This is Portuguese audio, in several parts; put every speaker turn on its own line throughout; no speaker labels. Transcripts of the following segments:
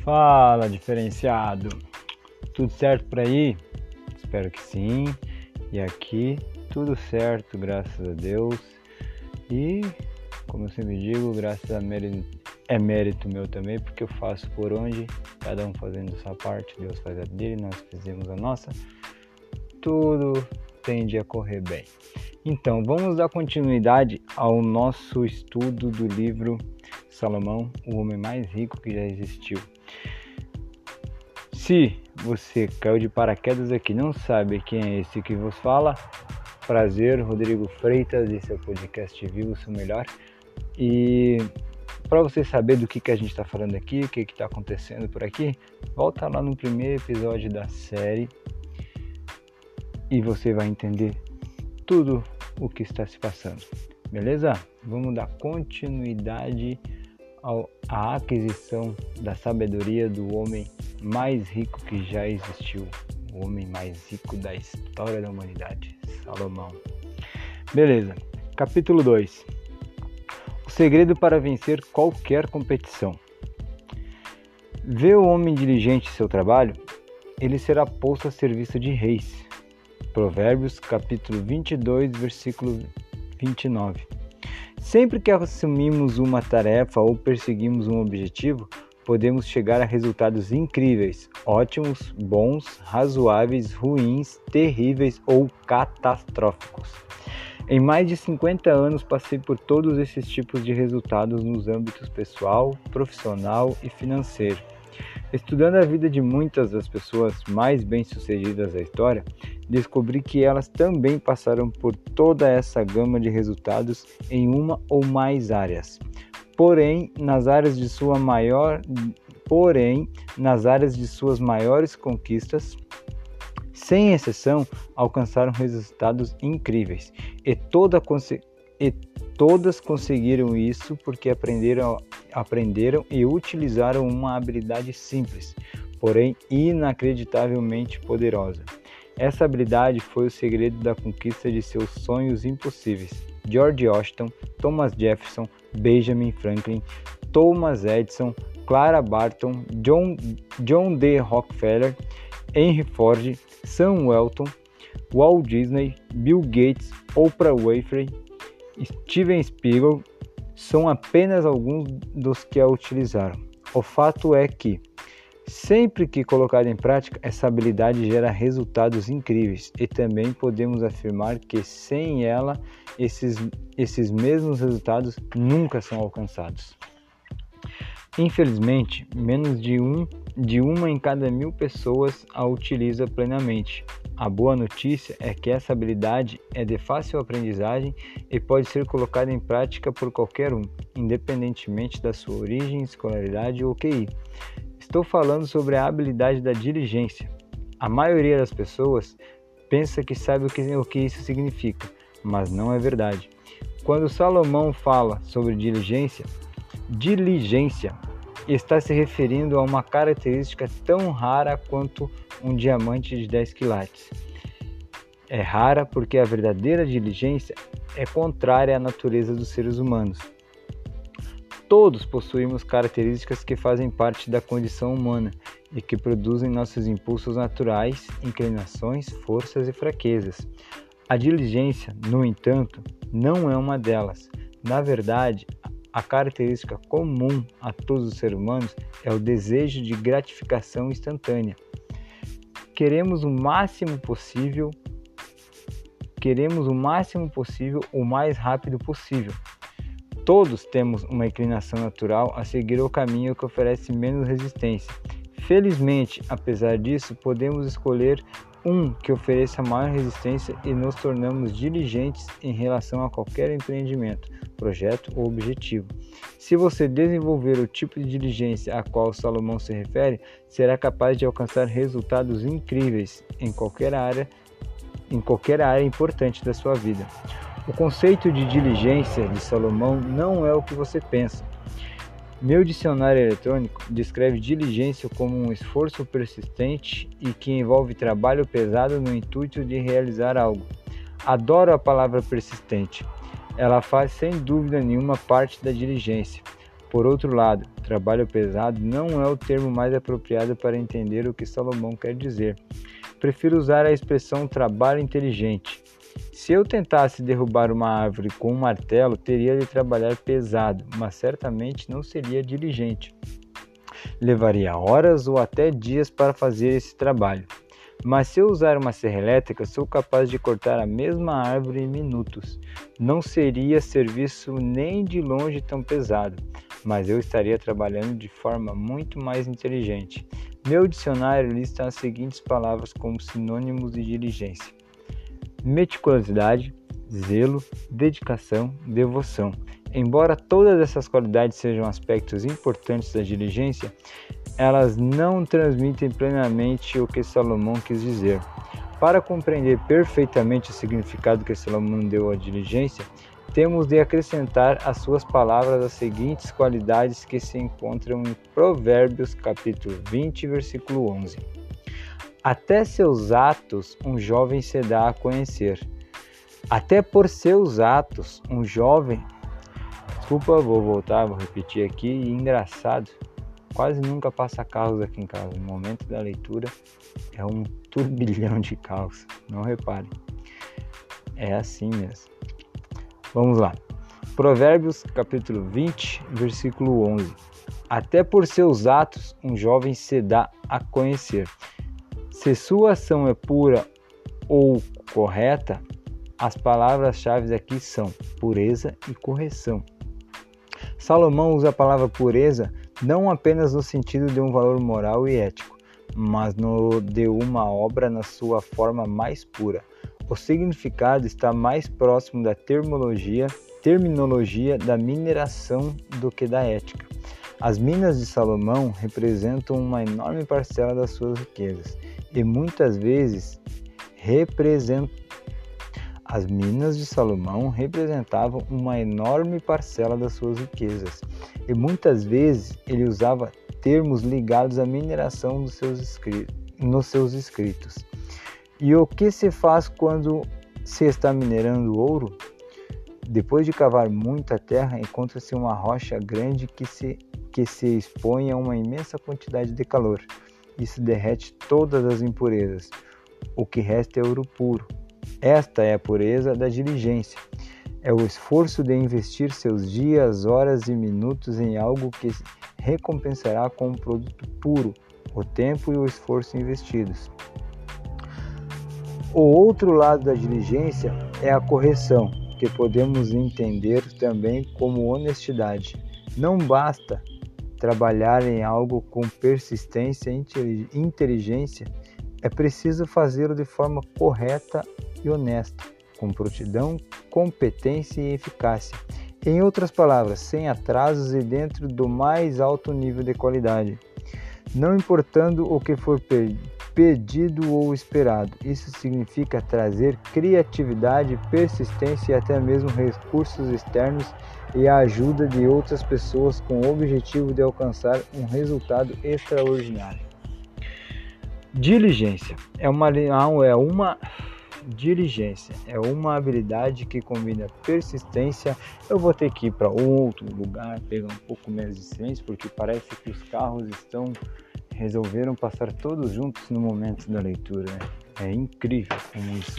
Fala, diferenciado! Tudo certo por aí? Espero que sim. E aqui, tudo certo, graças a Deus. E, como eu sempre digo, graças a mérito meu também, porque eu faço por onde, cada um fazendo a sua parte, Deus faz a dele, nós fizemos a nossa. Tudo tende a correr bem. Então, vamos dar continuidade ao nosso estudo do livro Salomão, o homem mais rico que já existiu. Se você caiu de paraquedas aqui e não sabe quem é esse que vos fala, prazer, Rodrigo Freitas, esse é o podcast Viva o Seu Melhor. E para você saber do que a gente está falando aqui, o que está acontecendo por aqui, volta lá no primeiro episódio da série e você vai entender tudo o que está se passando, beleza? Vamos dar continuidade à aquisição da sabedoria do homem mais rico que já existiu, o homem mais rico da história da humanidade, Salomão. Beleza, capítulo 2. O segredo para vencer qualquer competição. Vê o homem diligente em seu trabalho, ele será posto a serviço de reis. Provérbios, capítulo 22, versículo 29. Sempre que assumimos uma tarefa ou perseguimos um objetivo, podemos chegar a resultados incríveis, ótimos, bons, razoáveis, ruins, terríveis ou catastróficos. Em mais de 50 anos passei por todos esses tipos de resultados nos âmbitos pessoal, profissional e financeiro. Estudando a vida de muitas das pessoas mais bem-sucedidas da história, descobri que elas também passaram por toda essa gama de resultados em uma ou mais áreas. Porém, nas áreas de suas maiores conquistas, sem exceção, alcançaram resultados incríveis. E todas conseguiram isso porque aprenderam e utilizaram uma habilidade simples, porém inacreditavelmente poderosa. Essa habilidade foi o segredo da conquista de seus sonhos impossíveis. George Washington, Thomas Jefferson, Benjamin Franklin, Thomas Edison, Clara Barton, John D. Rockefeller, Henry Ford, Sam Walton, Walt Disney, Bill Gates, Oprah Winfrey, Steven Spielberg são apenas alguns dos que a utilizaram. O fato é que, sempre que colocada em prática, essa habilidade gera resultados incríveis e também podemos afirmar que sem ela, esses mesmos resultados nunca são alcançados. Infelizmente, menos de uma em cada 1000 pessoas a utiliza plenamente. A boa notícia é que essa habilidade é de fácil aprendizagem e pode ser colocada em prática por qualquer um, independentemente da sua origem, escolaridade ou QI. Estou falando sobre a habilidade da diligência. A maioria das pessoas pensa que sabe o que isso significa, mas não é verdade. Quando Salomão fala sobre diligência está se referindo a uma característica tão rara quanto um diamante de 10 quilates. É rara porque a verdadeira diligência é contrária à natureza dos seres humanos. Todos possuímos características que fazem parte da condição humana e que produzem nossos impulsos naturais, inclinações, forças e fraquezas. A diligência, no entanto, não é uma delas. Na verdade, a característica comum a todos os seres humanos é o desejo de gratificação instantânea. Queremos o máximo possível, o mais rápido possível. Todos temos uma inclinação natural a seguir o caminho que oferece menos resistência. Felizmente, apesar disso, podemos escolher um que ofereça maior resistência e nos tornamos diligentes em relação a qualquer empreendimento, projeto ou objetivo. Se você desenvolver o tipo de diligência a qual Salomão se refere, será capaz de alcançar resultados incríveis em qualquer área importante da sua vida. O conceito de diligência de Salomão não é o que você pensa. Meu dicionário eletrônico descreve diligência como um esforço persistente e que envolve trabalho pesado no intuito de realizar algo. Adoro a palavra persistente. Ela faz sem dúvida nenhuma parte da diligência. Por outro lado, trabalho pesado não é o termo mais apropriado para entender o que Salomão quer dizer. Prefiro usar a expressão trabalho inteligente. Se eu tentasse derrubar uma árvore com um martelo, teria de trabalhar pesado, mas certamente não seria diligente. Levaria horas ou até dias para fazer esse trabalho. Mas se eu usar uma serra elétrica, sou capaz de cortar a mesma árvore em minutos. Não seria serviço nem de longe tão pesado, mas eu estaria trabalhando de forma muito mais inteligente. Meu dicionário lista as seguintes palavras como sinônimos de diligência: meticulosidade, zelo, dedicação, devoção. Embora todas essas qualidades sejam aspectos importantes da diligência, elas não transmitem plenamente o que Salomão quis dizer. Para compreender perfeitamente o significado que Salomão deu à diligência, temos de acrescentar às suas palavras as seguintes qualidades que se encontram em Provérbios capítulo 20, versículo 11. Até seus atos um jovem se dá a conhecer. Até por seus atos um jovem... Desculpa, vou repetir aqui. Engraçado, quase nunca passa carros aqui em casa. No momento da leitura é um turbilhão de carros, não reparem. É assim mesmo. Vamos lá. Provérbios capítulo 20, versículo 11. Até por seus atos um jovem se dá a conhecer. Se sua ação é pura ou correta, as palavras-chave aqui são pureza e correção. Salomão usa a palavra pureza não apenas no sentido de um valor moral e ético, mas de uma obra na sua forma mais pura. O significado está mais próximo da terminologia da mineração do que da ética. As minas de Salomão representam uma enorme parcela das suas riquezas e muitas vezes As minas de Salomão representavam uma enorme parcela das suas riquezas, e muitas vezes ele usava termos ligados à mineração nos seus escritos. E o que se faz quando se está minerando ouro? Depois de cavar muita terra, encontra-se uma rocha grande que se expõe a uma imensa quantidade de calor. Isso derrete todas as impurezas. O que resta é ouro puro. Esta é a pureza da diligência. É o esforço de investir seus dias, horas e minutos em algo que recompensará com um produto puro o tempo e o esforço investidos. O outro lado da diligência é a correção, que podemos entender também como honestidade. Não basta trabalhar em algo com persistência e inteligência, é preciso fazê-lo de forma correta e honesta, com prontidão, competência e eficácia. Em outras palavras, sem atrasos e dentro do mais alto nível de qualidade, não importando o que for pedido ou esperado. Isso significa trazer criatividade, persistência e até mesmo recursos externos e a ajuda de outras pessoas com o objetivo de alcançar um resultado extraordinário. Diligência é uma habilidade que combina persistência. Eu vou ter que ir para outro lugar, pegar um pouco mais de silêncio, porque parece que os carros resolveram passar todos juntos no momento da leitura, né? É incrível como isso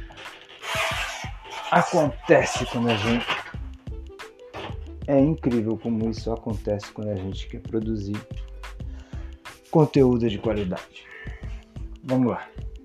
acontece quando a gente... quando a gente quer produzir conteúdo de qualidade. Vamos lá.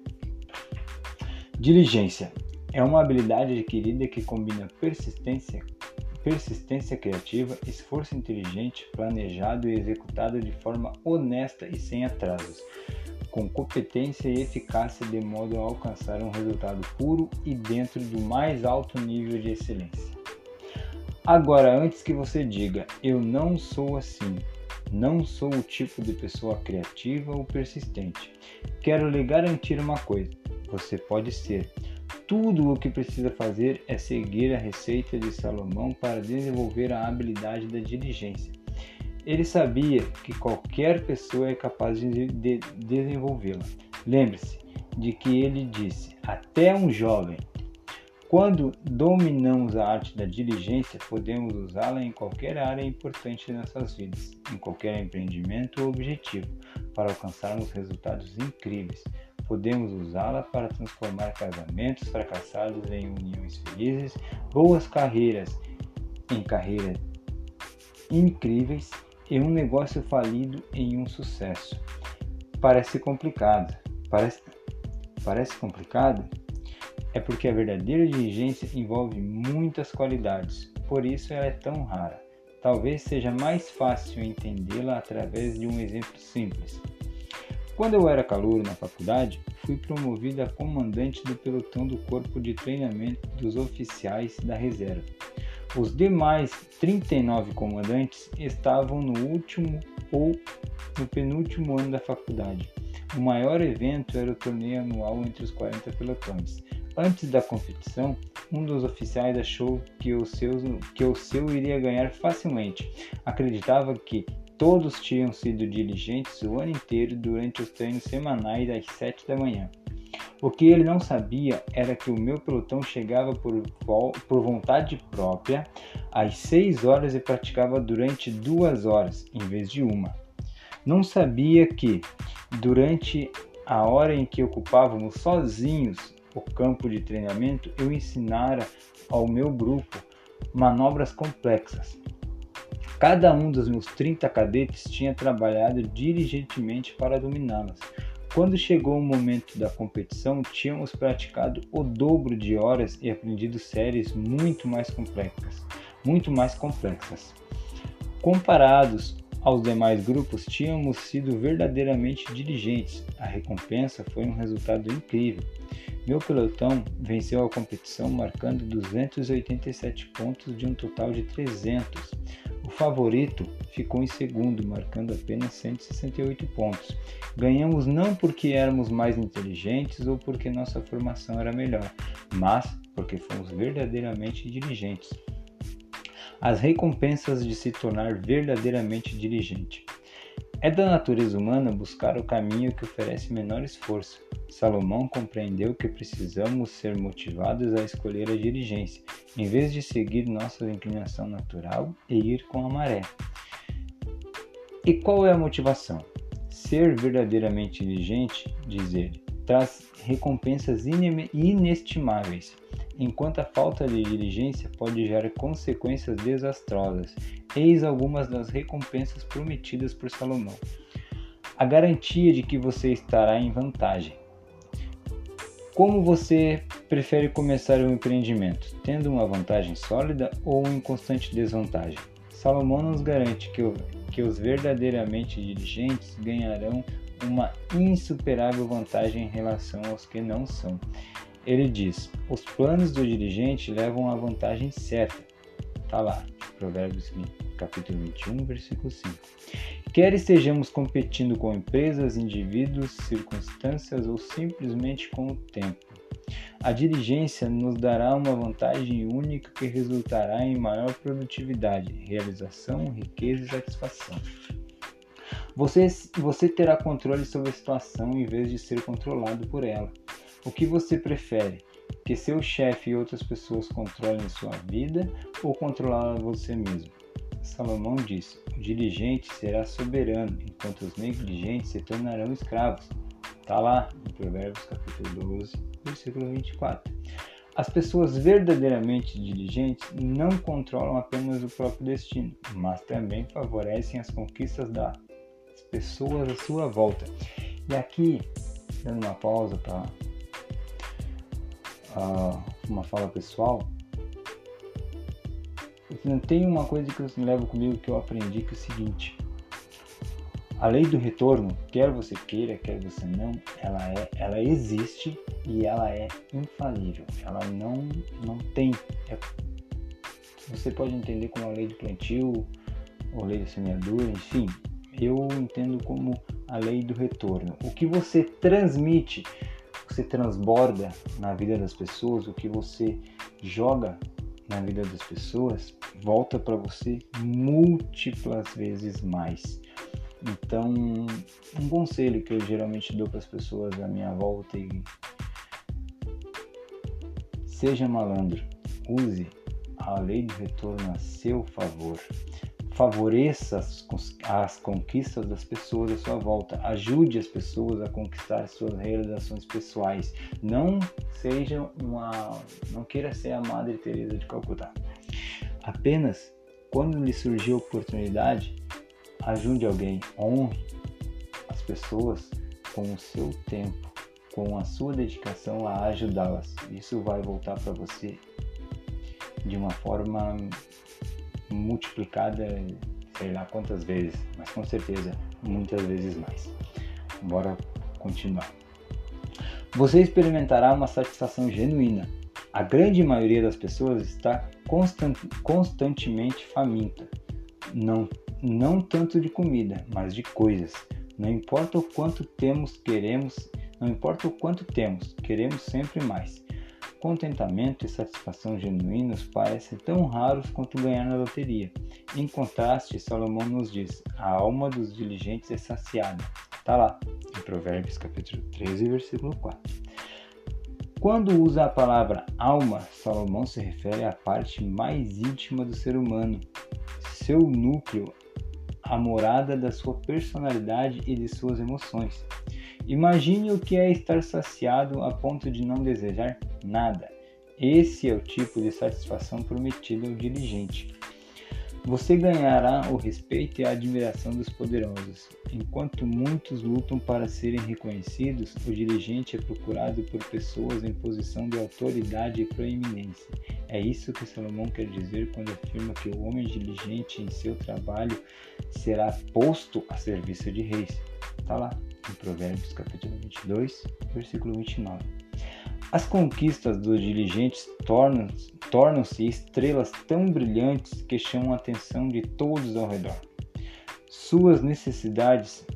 Diligência é uma habilidade adquirida que combina persistência criativa, esforço inteligente, planejado e executado de forma honesta e sem atrasos, com competência e eficácia de modo a alcançar um resultado puro e dentro do mais alto nível de excelência. Agora, antes que você diga, eu não sou assim, não sou o tipo de pessoa criativa ou persistente, quero lhe garantir uma coisa: você pode ser. Tudo o que precisa fazer é seguir a receita de Salomão para desenvolver a habilidade da diligência. Ele sabia que qualquer pessoa é capaz de desenvolvê-la. Lembre-se de que ele disse, até um jovem. Quando dominamos a arte da diligência, podemos usá-la em qualquer área importante de nossas vidas, em qualquer empreendimento ou objetivo, para alcançarmos resultados incríveis. Podemos usá-la para transformar casamentos fracassados em uniões felizes, boas carreiras em carreiras incríveis e um negócio falido em um sucesso. Parece complicado. Parece complicado? É porque a verdadeira diligência envolve muitas qualidades, por isso ela é tão rara. Talvez seja mais fácil entendê-la através de um exemplo simples. Quando eu era calouro na faculdade, fui promovido a comandante do pelotão do corpo de treinamento dos oficiais da reserva. Os demais 39 comandantes estavam no último ou no penúltimo ano da faculdade. O maior evento era o torneio anual entre os 40 pelotões. Antes da competição, um dos oficiais achou que o seu iria ganhar facilmente. Acreditava que todos tinham sido diligentes o ano inteiro durante os treinos semanais às 7 da manhã. O que ele não sabia era que o meu pelotão chegava por vontade própria às 6 horas e praticava durante 2 horas, em vez de uma. Não sabia que, durante a hora em que ocupávamos sozinhos o campo de treinamento, eu ensinara ao meu grupo manobras complexas. Cada um dos meus 30 cadetes tinha trabalhado diligentemente para dominá-las. Quando chegou o momento da competição, tínhamos praticado o dobro de horas e aprendido séries muito mais complexas. Comparados aos demais grupos, tínhamos sido verdadeiramente diligentes. A recompensa foi um resultado incrível. Meu pelotão venceu a competição marcando 287 pontos de um total de 300. O favorito ficou em segundo, marcando apenas 168 pontos. Ganhamos não porque éramos mais inteligentes ou porque nossa formação era melhor, mas porque fomos verdadeiramente diligentes. As recompensas de se tornar verdadeiramente diligente. É da natureza humana buscar o caminho que oferece menor esforço. Salomão compreendeu que precisamos ser motivados a escolher a diligência, em vez de seguir nossa inclinação natural e ir com a maré. E qual é a motivação? Ser verdadeiramente diligente, diz ele, traz recompensas inestimáveis, enquanto a falta de diligência pode gerar consequências desastrosas. Eis algumas das recompensas prometidas por Salomão. A garantia de que você estará em vantagem. Como você prefere começar um empreendimento? Tendo uma vantagem sólida ou em constante desvantagem? Salomão nos garante que os verdadeiramente diligentes ganharão uma insuperável vantagem em relação aos que não são. Ele diz: os planos do diligente levam à vantagem certa. Está lá, Provérbios capítulo 21, versículo 5. Quer estejamos competindo com empresas, indivíduos, circunstâncias ou simplesmente com o tempo, a diligência nos dará uma vantagem única que resultará em maior produtividade, realização, riqueza e satisfação. Você terá controle sobre a situação em vez de ser controlado por ela. O que você prefere? Que seu chefe e outras pessoas controlem sua vida ou controlar você mesmo? Salomão disse: o diligente será soberano, enquanto os negligentes se tornarão escravos. Está lá em Provérbios capítulo 12, versículo 24. As pessoas verdadeiramente diligentes não controlam apenas o próprio destino, mas também favorecem as conquistas das pessoas à sua volta. E aqui, dando uma pausa para uma fala pessoal, tem uma coisa que eu levo comigo que eu aprendi, que é o seguinte: a lei do retorno, quer você queira, quer você não, ela existe e ela é infalível. Ela não tem. Você pode entender como a lei do plantio, ou lei da semeadura, enfim. Eu entendo como a lei do retorno. O que você transmite, você transborda na vida das pessoas, o que você joga na vida das pessoas, volta para você múltiplas vezes mais. Então, um conselho que eu geralmente dou para as pessoas à minha volta Seja malandro, use a lei de retorno a seu favor. Favoreça as conquistas das pessoas à sua volta. Ajude as pessoas a conquistar suas realizações pessoais. Não queira ser a Madre Teresa de Calcutá. Apenas quando lhe surgir a oportunidade, ajude alguém. Honre as pessoas com o seu tempo, com a sua dedicação a ajudá-las. Isso vai voltar para você de uma forma multiplicada, sei lá quantas vezes, mas com certeza muitas vezes mais. Bora continuar. Você experimentará uma satisfação genuína. A grande maioria das pessoas está constantemente faminta. Não tanto de comida, mas de coisas. Não importa o quanto temos, queremos sempre mais. Contentamento e satisfação genuínos parecem tão raros quanto ganhar na loteria. Em contraste, Salomão nos diz: a alma dos diligentes é saciada. Está lá, em Provérbios capítulo 13, versículo 4. Quando usa a palavra alma, Salomão se refere à parte mais íntima do ser humano, seu núcleo, a morada da sua personalidade e de suas emoções. Imagine o que é estar saciado a ponto de não desejar nada. Esse é o tipo de satisfação prometida ao diligente. Você ganhará o respeito e a admiração dos poderosos. Enquanto muitos lutam para serem reconhecidos, o diligente é procurado por pessoas em posição de autoridade e proeminência. É isso que Salomão quer dizer quando afirma que o homem diligente em seu trabalho será posto a serviço de reis. Está lá, em Provérbios capítulo 22, versículo 29. As conquistas dos diligentes tornam-se estrelas tão brilhantes que chamam a atenção de todos ao redor. Suas necessidades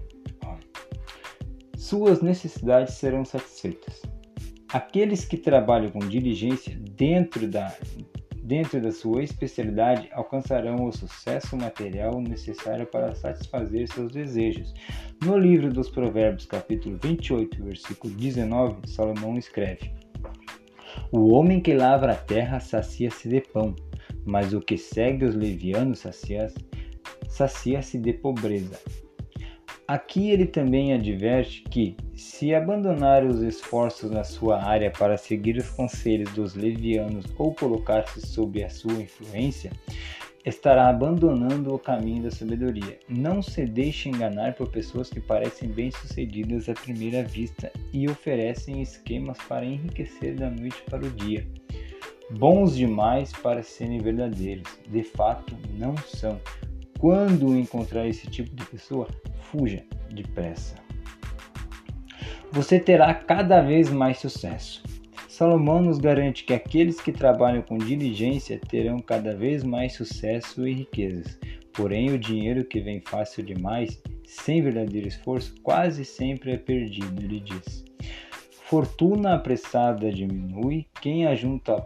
serão satisfeitas. Aqueles que trabalham com diligência dentro da sua especialidade alcançarão o sucesso material necessário para satisfazer seus desejos. No livro dos Provérbios, capítulo 28, versículo 19, Salomão escreve: o homem que lavra a terra sacia-se de pão, mas o que segue os levianos sacia-se de pobreza. Aqui ele também adverte que, se abandonar os esforços na sua área para seguir os conselhos dos levianos ou colocar-se sob a sua influência, estará abandonando o caminho da sabedoria. Não se deixe enganar por pessoas que parecem bem-sucedidas à primeira vista e oferecem esquemas para enriquecer da noite para o dia. Bons demais para serem verdadeiros, de fato não são. Quando encontrar esse tipo de pessoa, fuja depressa. Você terá cada vez mais sucesso. Salomão nos garante que aqueles que trabalham com diligência terão cada vez mais sucesso e riquezas. Porém, o dinheiro que vem fácil demais, sem verdadeiro esforço, quase sempre é perdido, ele diz. Fortuna apressada diminui, quem ajunta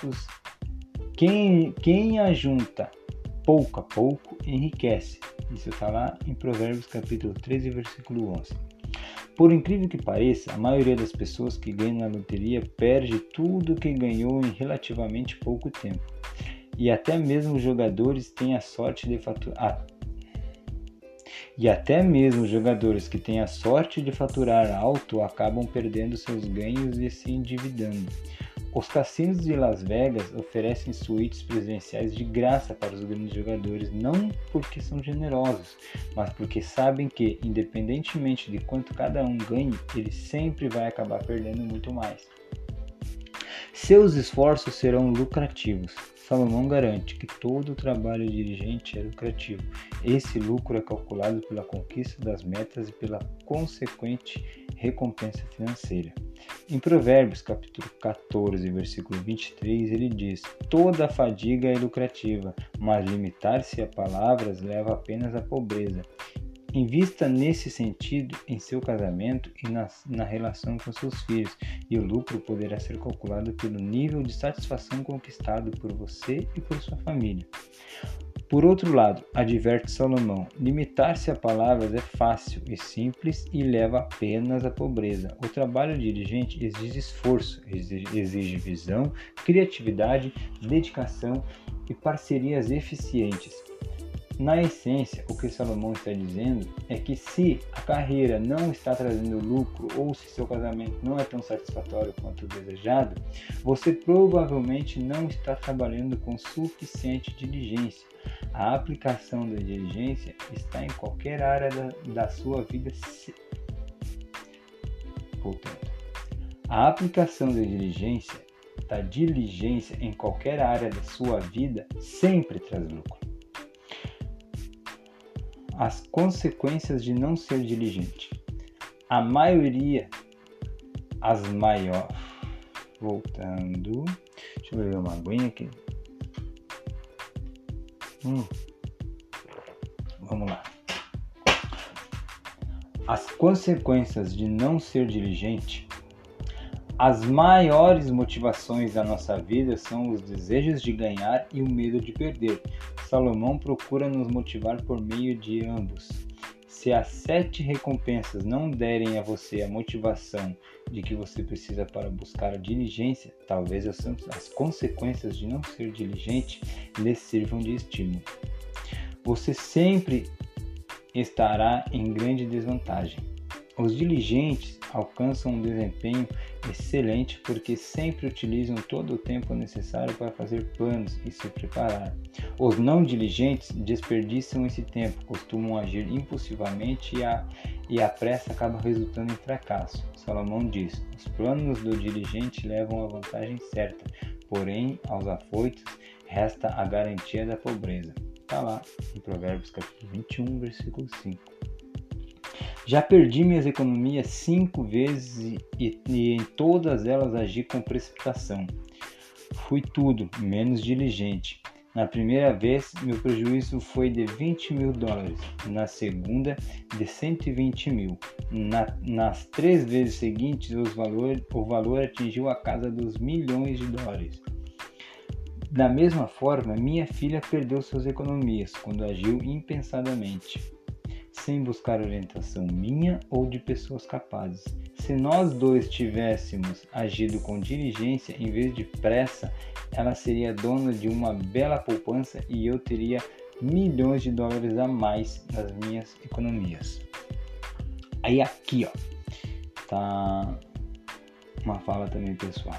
pouco a pouco enriquece. Isso está lá em Provérbios capítulo 13, versículo 11. Por incrível que pareça, a maioria das pessoas que ganham na loteria perde tudo o que ganhou em relativamente pouco tempo. E até mesmo os jogadores que têm a sorte de faturar alto acabam perdendo seus ganhos e se endividando. Os cassinos de Las Vegas oferecem suítes presidenciais de graça para os grandes jogadores, não porque são generosos, mas porque sabem que, independentemente de quanto cada um ganhe, ele sempre vai acabar perdendo muito mais. Seus esforços serão lucrativos. Salomão garante que todo o trabalho dirigente é lucrativo. Esse lucro é calculado pela conquista das metas e pela consequente recompensa financeira. Em Provérbios, capítulo 14, versículo 23, ele diz: toda a fadiga é lucrativa, mas limitar-se a palavras leva apenas à pobreza. Invista nesse sentido em seu casamento e na relação com seus filhos, e o lucro poderá ser calculado pelo nível de satisfação conquistado por você e por sua família. Por outro lado, adverte Salomão, limitar-se a palavras é fácil e simples e leva apenas à pobreza. O trabalho diligente exige esforço, exige visão, criatividade, dedicação e parcerias eficientes. Na essência, o que Salomão está dizendo é que se a carreira não está trazendo lucro ou se seu casamento não é tão satisfatório quanto o desejado, você provavelmente não está trabalhando com suficiente diligência. A aplicação da diligência está em qualquer área da sua vida. Voltando. A aplicação da diligência em qualquer área da sua vida sempre traz lucro. As consequências de não ser diligente. A maioria, Voltando. Deixa eu beber uma aguinha aqui. Vamos lá. As consequências de não ser diligente. As maiores motivações da nossa vida são os desejos de ganhar e o medo de perder. Salomão procura nos motivar por meio de ambos. Se as 7 recompensas não derem a você a motivação de que você precisa para buscar a diligência, talvez as consequências de não ser diligente lhe sirvam de estímulo. Você sempre estará em grande desvantagem. Os diligentes alcançam um desempenho excelente porque sempre utilizam todo o tempo necessário para fazer planos e se preparar. Os não diligentes desperdiçam esse tempo, costumam agir impulsivamente e a pressa acaba resultando em fracasso. Salomão diz: os planos do diligente levam à vantagem certa, porém aos afoitos resta a garantia da pobreza. Está lá em Provérbios capítulo 21, versículo 5. Já perdi minhas economias 5 vezes e em todas elas agi com precipitação. Fui tudo, menos diligente. Na primeira vez, meu prejuízo foi de $20.000. Na segunda, de $120.000. Nas 3 vezes seguintes, o valor atingiu a casa dos $milhões. Da mesma forma, minha filha perdeu suas economias quando agiu impensadamente, sem buscar orientação minha ou de pessoas capazes. Se nós dois tivéssemos agido com diligência em vez de pressa, ela seria dona de uma bela poupança e eu teria $milhões a mais nas minhas economias. Aí aqui, tá uma fala também pessoal.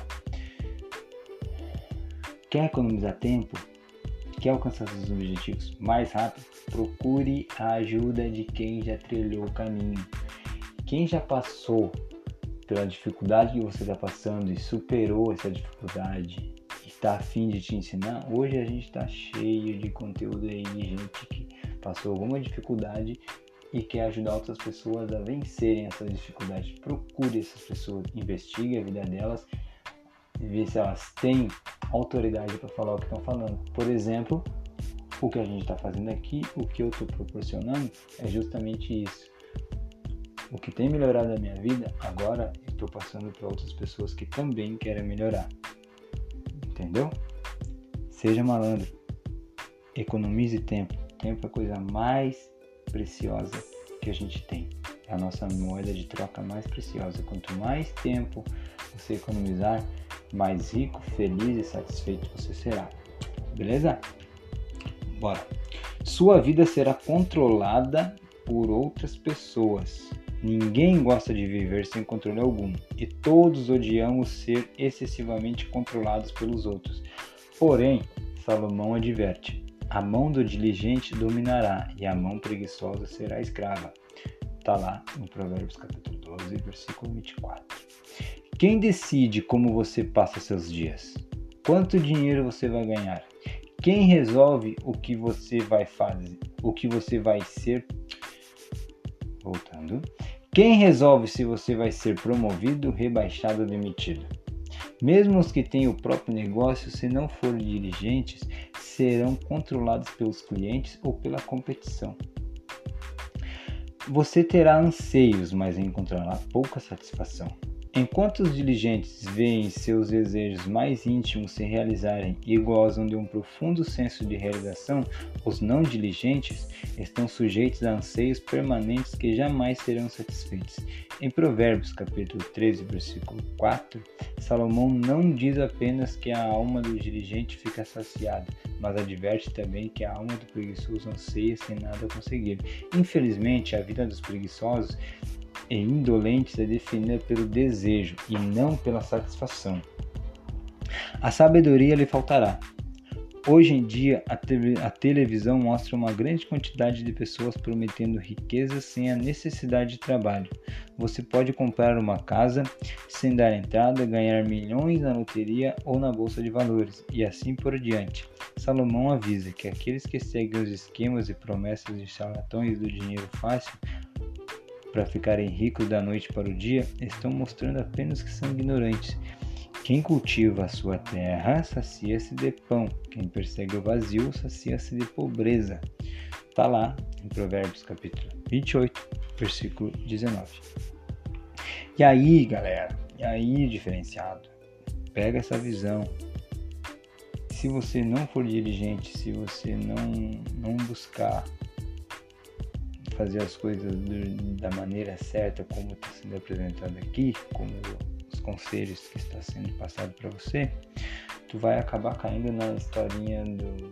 Quer economizar tempo? Quer alcançar seus objetivos mais rápido? Procure a ajuda de quem já trilhou o caminho. Quem já passou pela dificuldade que você está passando e superou essa dificuldade e está a fim de te ensinar, hoje a gente está cheio de conteúdo aí de gente que passou alguma dificuldade e quer ajudar outras pessoas a vencerem essa dificuldade. Procure essas pessoas, investigue a vida delas e ver se elas têm autoridade para falar o que estão falando. Por exemplo, o que a gente está fazendo aqui, o que eu estou proporcionando é justamente isso. O que tem melhorado a minha vida, agora eu estou passando para outras pessoas que também querem melhorar. Entendeu? Seja malandro. Economize tempo. Tempo é a coisa mais preciosa que a gente tem. É a nossa moeda de troca mais preciosa. Quanto mais tempo você economizar, mais rico, feliz e satisfeito você será. Beleza? Bora. Sua vida será controlada por outras pessoas. Ninguém gosta de viver sem controle algum e todos odiamos ser excessivamente controlados pelos outros. Porém, Salomão adverte: a mão do diligente dominará e a mão preguiçosa será escrava. Está lá em Provérbios capítulo 12, versículo 24. Quem decide como você passa seus dias? Quanto dinheiro você vai ganhar? Quem resolve o que você vai fazer? O que você vai ser? Voltando. Quem resolve se você vai ser promovido, rebaixado ou demitido? Mesmo os que têm o próprio negócio, se não forem diligentes, serão controlados pelos clientes ou pela competição. Você terá anseios, mas encontrará pouca satisfação. Enquanto os diligentes veem seus desejos mais íntimos se realizarem e gozam de um profundo senso de realização, os não diligentes estão sujeitos a anseios permanentes que jamais serão satisfeitos. Em Provérbios, capítulo 13, versículo 4, Salomão não diz apenas que a alma do diligente fica saciada, mas adverte também que a alma do preguiçoso anseia sem nada conseguir. Infelizmente, a vida dos preguiçosos e indolentes é definida pelo desejo e não pela satisfação. A sabedoria lhe faltará. Hoje em dia, a televisão mostra uma grande quantidade de pessoas prometendo riquezas sem a necessidade de trabalho. Você pode comprar uma casa sem dar entrada, ganhar milhões na loteria ou na bolsa de valores, e assim por diante. Salomão avisa que aqueles que seguem os esquemas e promessas de charlatões do dinheiro fácil para ficarem ricos da noite para o dia, estão mostrando apenas que são ignorantes. Quem cultiva a sua terra sacia-se de pão, quem persegue o vazio sacia-se de pobreza. Está lá em Provérbios capítulo 28, versículo 19. E aí, galera, diferenciado, pega essa visão. Se você não for diligente, se você não buscar fazer as coisas da maneira certa, como está sendo apresentado aqui, como os conselhos que está sendo passado para você, tu vai acabar caindo na historinha dos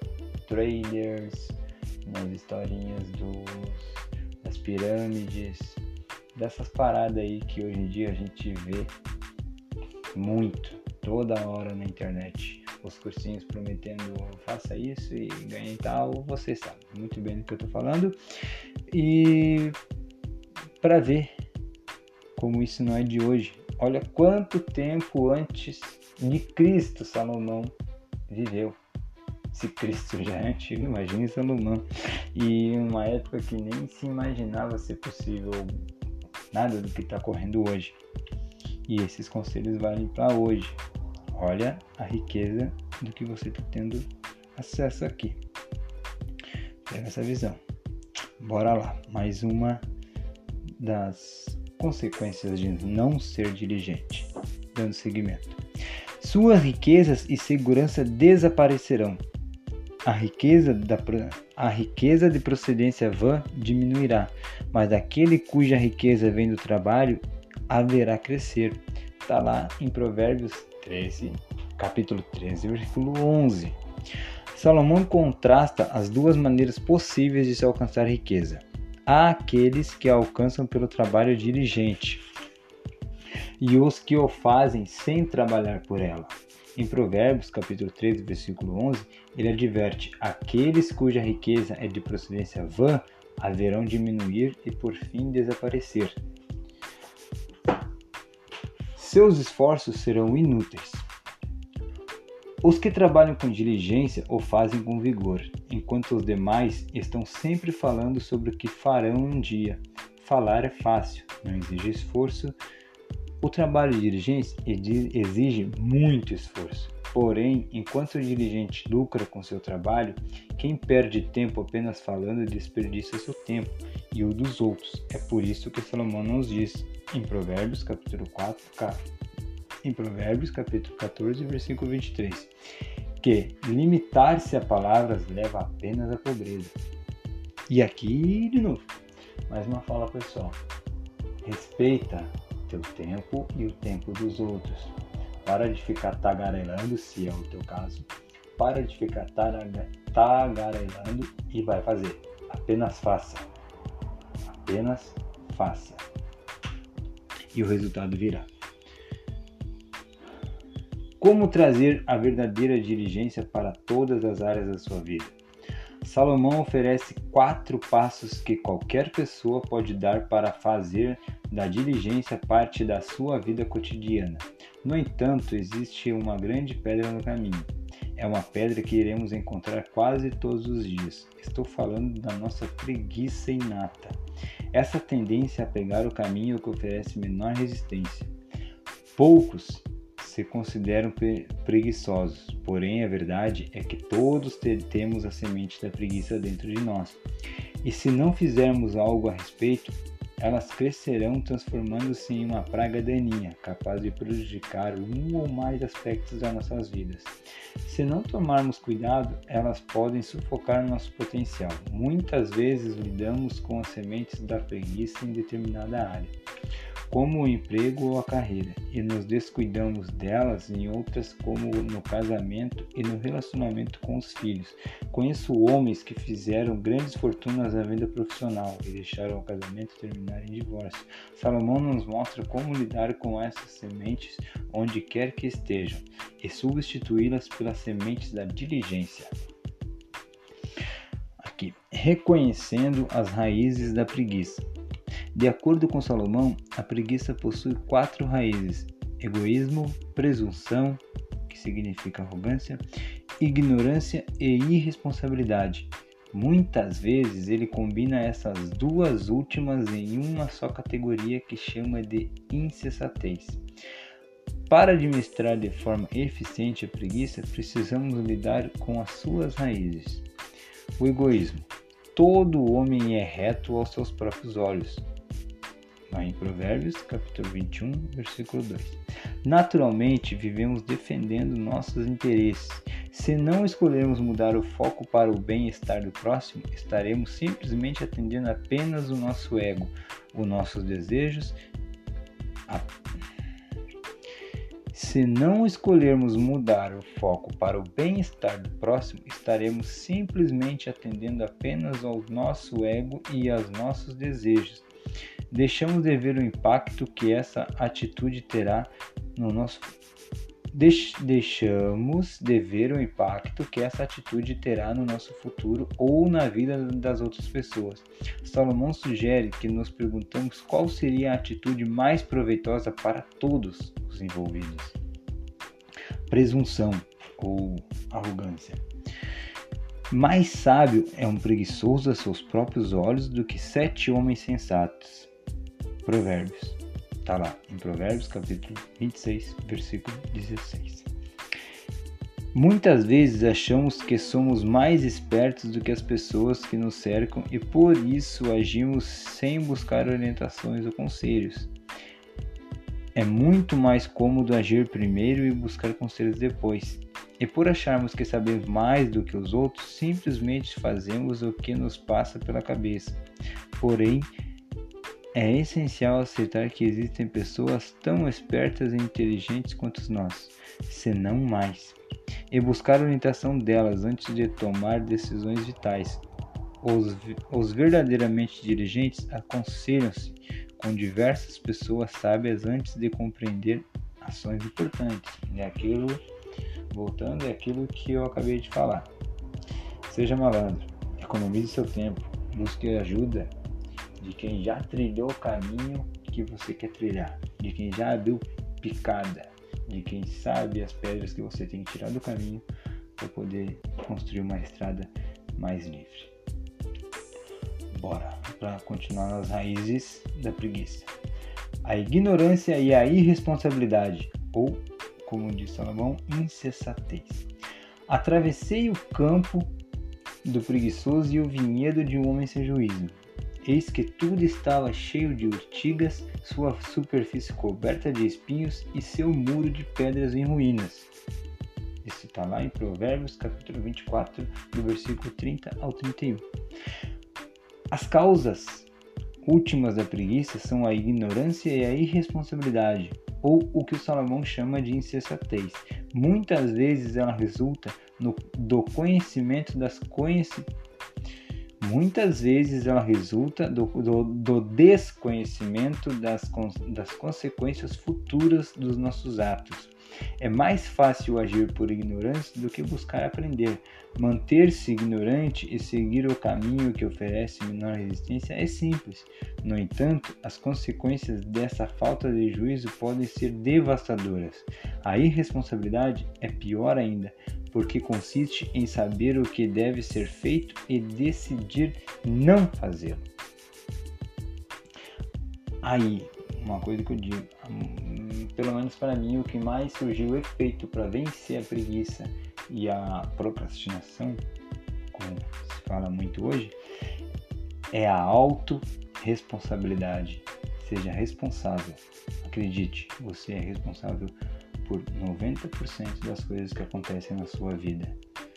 traders, nas historinhas das pirâmides, dessas paradas aí que hoje em dia a gente vê muito, toda hora na internet. Os cursinhos prometendo faça isso e ganhe tal, você sabe muito bem do que eu tô falando. E para ver como isso não é de hoje, olha quanto tempo antes de Cristo Salomão viveu. Se Cristo já é antigo, imagine Salomão. E uma época que nem se imaginava ser possível nada do que está ocorrendo hoje. E esses conselhos valem para hoje. Olha a riqueza do que você está tendo acesso aqui. Pega essa visão. Bora lá. Mais uma das consequências de não ser diligente. Dando seguimento. Suas riquezas e segurança desaparecerão. A riqueza de procedência vã diminuirá, mas aquele cuja riqueza vem do trabalho haverá crescer. Está lá em Provérbios 13, capítulo 13, versículo 11. Salomão contrasta as duas maneiras possíveis de se alcançar riqueza. Há aqueles que a alcançam pelo trabalho diligente e os que o fazem sem trabalhar por ela. Em Provérbios, capítulo 13, versículo 11, ele adverte: aqueles cuja riqueza é de procedência vã haverão diminuir e por fim desaparecer. Seus esforços serão inúteis. Os que trabalham com diligência o fazem com vigor, enquanto os demais estão sempre falando sobre o que farão um dia. Falar é fácil, não exige esforço. O trabalho de diligência exige muito esforço. Porém, enquanto o diligente lucra com seu trabalho, quem perde tempo apenas falando desperdiça seu tempo e o dos outros. É por isso que Salomão nos diz em Provérbios capítulo 14, versículo 23, que limitar-se a palavras leva apenas à pobreza. E aqui, de novo, mais uma fala pessoal. Respeita teu tempo e o tempo dos outros. Para de ficar tagarelando, se é o teu caso. Para de ficar tagarelando e vai fazer. Apenas faça. Apenas faça. E o resultado virá. Como trazer a verdadeira diligência para todas as áreas da sua vida? Salomão oferece 4 passos que qualquer pessoa pode dar para fazer da diligência parte da sua vida cotidiana. No entanto, existe uma grande pedra no caminho. É uma pedra que iremos encontrar quase todos os dias. Estou falando da nossa preguiça inata. Essa tendência a pegar o caminho que oferece menor resistência. Poucos se consideram preguiçosos, porém a verdade é que todos temos a semente da preguiça dentro de nós. E se não fizermos algo a respeito, elas crescerão transformando-se em uma praga daninha, capaz de prejudicar um ou mais aspectos das nossas vidas. Se não tomarmos cuidado, elas podem sufocar nosso potencial. Muitas vezes lidamos com as sementes da preguiça em determinada área, como o emprego ou a carreira, e nos descuidamos delas em outras, como no casamento e no relacionamento com os filhos. Conheço homens que fizeram grandes fortunas na vida profissional e deixaram o casamento terminar em divórcio. Salomão nos mostra como lidar com essas sementes onde quer que estejam e substituí-las pelas sementes da diligência. Aqui, reconhecendo as raízes da preguiça. De acordo com Salomão, a preguiça possui 4 raízes: egoísmo, presunção, que significa arrogância, ignorância e irresponsabilidade. Muitas vezes ele combina essas duas últimas em uma só categoria que chama de insensatez. Para administrar de forma eficiente a preguiça, precisamos lidar com as suas raízes. O egoísmo. Todo homem é reto aos seus próprios olhos. Lá em Provérbios, capítulo 21, versículo 2. Naturalmente, vivemos defendendo nossos interesses. Se não escolhermos mudar o foco para o bem-estar do próximo, estaremos simplesmente atendendo apenas o nosso ego, os nossos desejos. Se não escolhermos mudar o foco para o bem-estar do próximo, estaremos simplesmente atendendo apenas ao nosso ego e aos nossos desejos. Deixamos de ver o impacto que essa atitude terá no nosso futuro ou na vida das outras pessoas. Salomão sugere que nos perguntamos qual seria a atitude mais proveitosa para todos os envolvidos. Presunção ou arrogância. Mais sábio é um preguiçoso a seus próprios olhos do que 7 homens sensatos. Provérbios. Está lá, em Provérbios, capítulo 26, versículo 16. Muitas vezes achamos que somos mais espertos do que as pessoas que nos cercam e por isso agimos sem buscar orientações ou conselhos. É muito mais cômodo agir primeiro e buscar conselhos depois. E por acharmos que sabemos mais do que os outros, simplesmente fazemos o que nos passa pela cabeça. Porém, é essencial aceitar que existem pessoas tão espertas e inteligentes quanto nós, se não mais, e buscar a orientação delas antes de tomar decisões vitais. Os verdadeiramente diligentes aconselham-se com diversas pessoas sábias antes de compreender ações importantes. Voltando àquilo que eu acabei de falar. Seja malandro, economize seu tempo, busque ajuda de quem já trilhou o caminho que você quer trilhar, de quem já abriu picada, de quem sabe as pedras que você tem que tirar do caminho para poder construir uma estrada mais livre. Bora para continuar nas raízes da preguiça. A ignorância e a irresponsabilidade, ou, como diz Salomão, insensatez. Atravessei o campo do preguiçoso e o vinhedo de um homem sem juízo. Eis que tudo estava cheio de urtigas, sua superfície coberta de espinhos e seu muro de pedras em ruínas. Isso está lá em Provérbios, capítulo 24, do versículo 30 ao 31. As causas últimas da preguiça são a ignorância e a irresponsabilidade, ou o que o Salomão chama de insensatez. Muitas vezes ela resulta do desconhecimento das consequências futuras dos nossos atos. É mais fácil agir por ignorância do que buscar aprender. Manter-se ignorante e seguir o caminho que oferece menor resistência é simples. No entanto, as consequências dessa falta de juízo podem ser devastadoras. A irresponsabilidade é pior ainda, porque consiste em saber o que deve ser feito e decidir não fazê-lo. Aí, uma coisa que eu digo, pelo menos para mim, o que mais surgiu efeito para vencer a preguiça e a procrastinação, como se fala muito hoje, é a autoexigência. responsabilidade. Seja responsável. Acredite, você é responsável por 90% das coisas que acontecem na sua vida.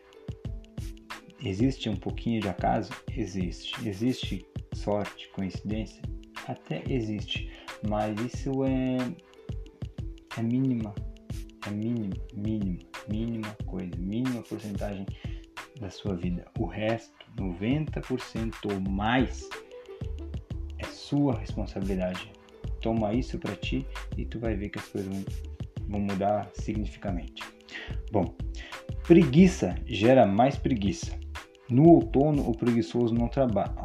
Existe um pouquinho de acaso? Existe. Existe sorte, coincidência? Até existe. Mas isso é mínima. É mínima coisa. Mínima porcentagem da sua vida. O resto, 90% ou mais, é sua responsabilidade. Toma isso para ti e tu vai ver que as coisas vão mudar significativamente. Bom, preguiça gera mais preguiça. No outono, o preguiçoso não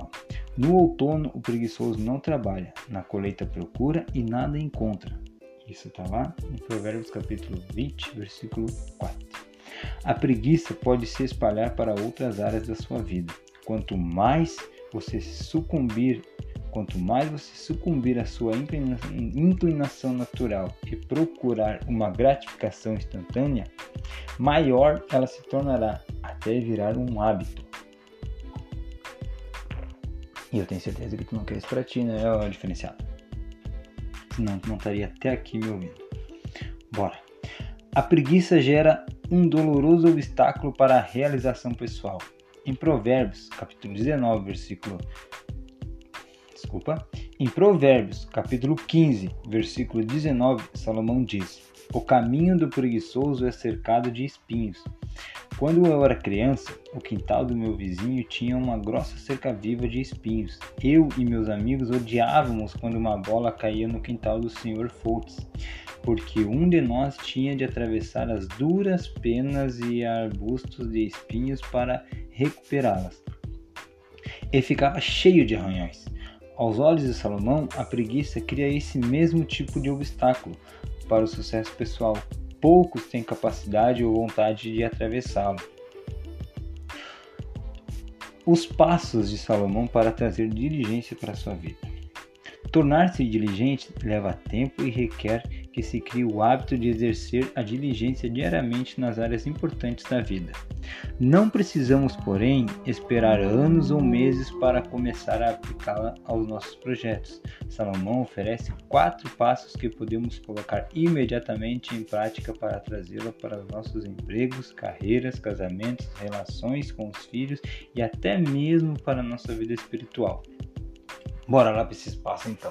trabalha. Na colheita procura e nada encontra. Isso está lá em Provérbios capítulo 20, versículo 4. A preguiça pode se espalhar para outras áreas da sua vida. Quanto mais você sucumbir à sua inclinação natural e procurar uma gratificação instantânea, maior ela se tornará, até virar um hábito. E eu tenho certeza que tu não quer isso pra ti, né, diferenciado? Senão tu não estaria até aqui me ouvindo. Bora! A preguiça gera um doloroso obstáculo para a realização pessoal. Em Provérbios, capítulo 15, versículo 19, Salomão diz: O caminho do preguiçoso é cercado de espinhos. Quando eu era criança, o quintal do meu vizinho tinha uma grossa cerca-viva de espinhos. Eu e meus amigos odiávamos quando uma bola caía no quintal do Sr. Foltz, porque um de nós tinha de atravessar as duras penas e arbustos de espinhos para recuperá-las. E ficava cheio de arranhões. Aos olhos de Salomão, a preguiça cria esse mesmo tipo de obstáculo para o sucesso pessoal. Poucos têm capacidade ou vontade de atravessá-lo. Os passos de Salomão para trazer diligência para a sua vida. Tornar-se diligente leva tempo e requer que se crie o hábito de exercer a diligência diariamente nas áreas importantes da vida. Não precisamos, porém, esperar anos ou meses para começar a aplicá-la aos nossos projetos. Salomão oferece 4 passos que podemos colocar imediatamente em prática para trazê-la para os nossos empregos, carreiras, casamentos, relações com os filhos e até mesmo para a nossa vida espiritual. Bora lá para esses passos então.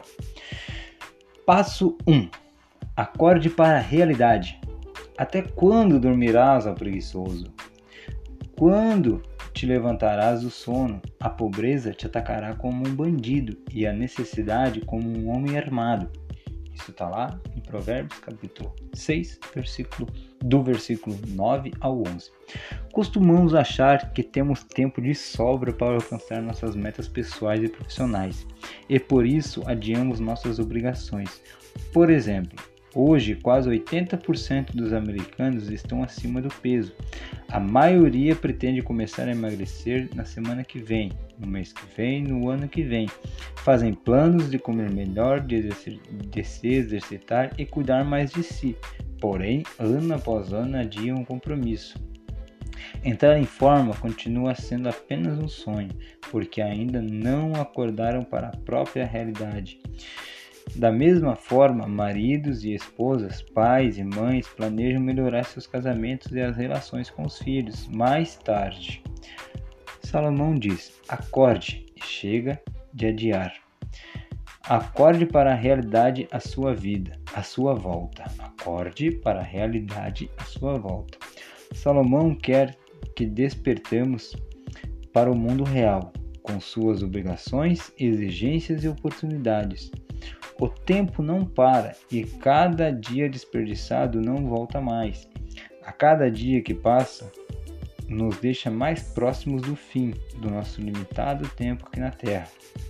Passo 1. Acorde para a realidade. Até quando dormirás, ó preguiçoso? Quando te levantarás do sono? A pobreza te atacará como um bandido e a necessidade como um homem armado. Isso está lá em Provérbios capítulo 6, do versículo 9 ao 11. Costumamos achar que temos tempo de sobra para alcançar nossas metas pessoais e profissionais, e por isso adiamos nossas obrigações. Por exemplo, hoje quase 80% dos americanos estão acima do peso. A maioria pretende começar a emagrecer na semana que vem, no mês que vem, no ano que vem. Fazem planos de comer melhor, de se exercitar e cuidar mais de si. Porém, ano após ano adiam o compromisso. Entrar em forma continua sendo apenas um sonho, porque ainda não acordaram para a própria realidade. Da mesma forma, maridos e esposas, pais e mães planejam melhorar seus casamentos e as relações com os filhos mais tarde. Salomão diz: acorde e chega de adiar. Acorde para a realidade a sua vida, a sua volta. Acorde para a realidade a sua volta. Salomão quer que despertemos para o mundo real, com suas obrigações, exigências e oportunidades. O tempo não para e cada dia desperdiçado não volta mais. A cada dia que passa, nos deixa mais próximos do fim do nosso limitado tempo aqui na Terra.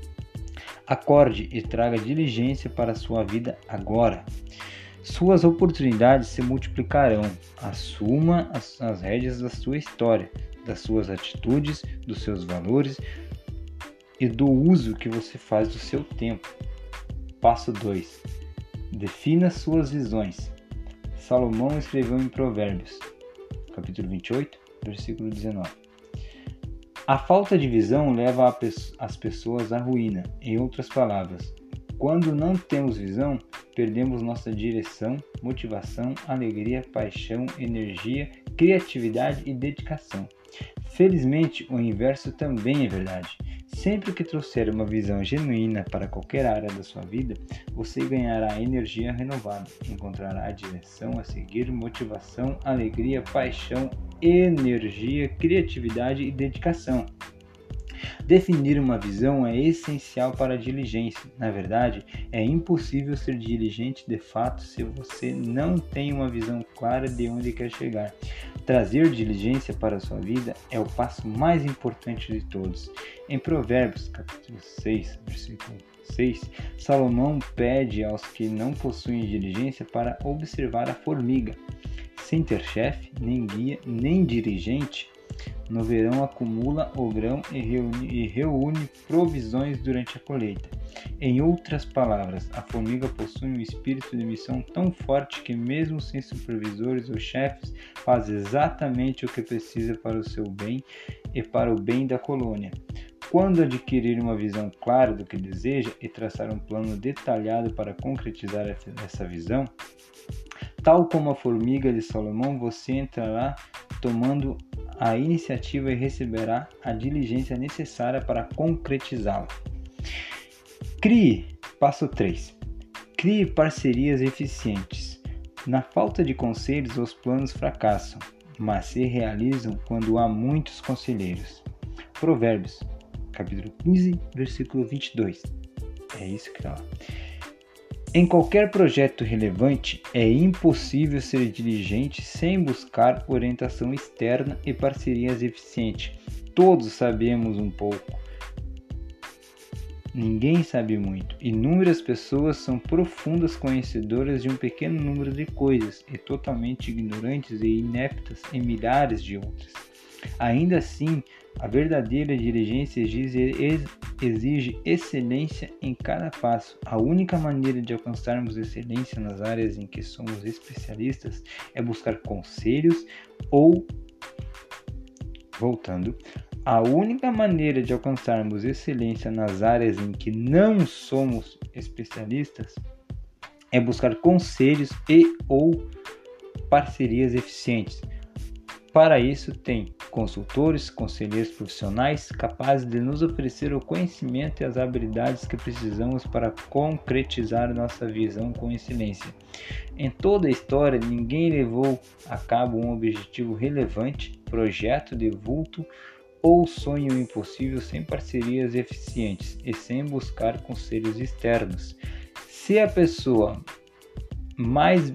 Acorde e traga diligência para a sua vida agora. Suas oportunidades se multiplicarão. Assuma as rédeas da sua história, das suas atitudes, dos seus valores e do uso que você faz do seu tempo. Passo 2. Defina suas visões. Salomão escreveu em Provérbios, capítulo 28, versículo 19. A falta de visão leva as pessoas à ruína. Em outras palavras, quando não temos visão, perdemos nossa direção, motivação, alegria, paixão, energia, criatividade e dedicação. Felizmente, o inverso também é verdade. Sempre que trouxer uma visão genuína para qualquer área da sua vida, você ganhará energia renovada, encontrará a direção a seguir, motivação, alegria, paixão, energia, criatividade e dedicação. Definir uma visão é essencial para a diligência. Na verdade, é impossível ser diligente de fato se você não tem uma visão clara de onde quer chegar. Trazer diligência para a sua vida é o passo mais importante de todos. Em Provérbios, capítulo 6, versículo 6, Salomão pede aos que não possuem diligência para observar a formiga. Sem ter chefe, nem guia, nem dirigente, no verão acumula o grão e reúne provisões durante a colheita. Em outras palavras, a formiga possui um espírito de missão tão forte que, mesmo sem supervisores ou chefes, faz exatamente o que precisa para o seu bem e para o bem da colônia. Quando adquirir uma visão clara do que deseja e traçar um plano detalhado para concretizar essa visão, tal como a formiga de Salomão, você entrará tomando a iniciativa e receberá a diligência necessária para concretizá-la. Passo 3. Crie parcerias eficientes. Na falta de conselhos, os planos fracassam, mas se realizam quando há muitos conselheiros. Provérbios, capítulo 15, versículo 22. É isso que está lá. Em qualquer projeto relevante, é impossível ser diligente sem buscar orientação externa e parcerias eficientes. Todos sabemos um pouco. Ninguém sabe muito. Inúmeras pessoas são profundas conhecedoras de um pequeno número de coisas e totalmente ignorantes e ineptas em milhares de outras. Ainda assim, a verdadeira diligência exige excelência em cada passo. A única maneira de alcançarmos excelência nas áreas em que somos especialistas é buscar conselhos A única maneira de alcançarmos excelência nas áreas em que não somos especialistas é buscar conselhos ou parcerias eficientes. Para isso, tem consultores, conselheiros profissionais capazes de nos oferecer o conhecimento e as habilidades que precisamos para concretizar nossa visão com excelência. Em toda a história, ninguém levou a cabo um objetivo relevante, projeto de vulto ou sonho impossível sem parcerias eficientes e sem buscar conselhos externos. Se as pessoas mais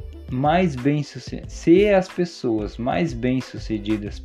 bem-sucedidas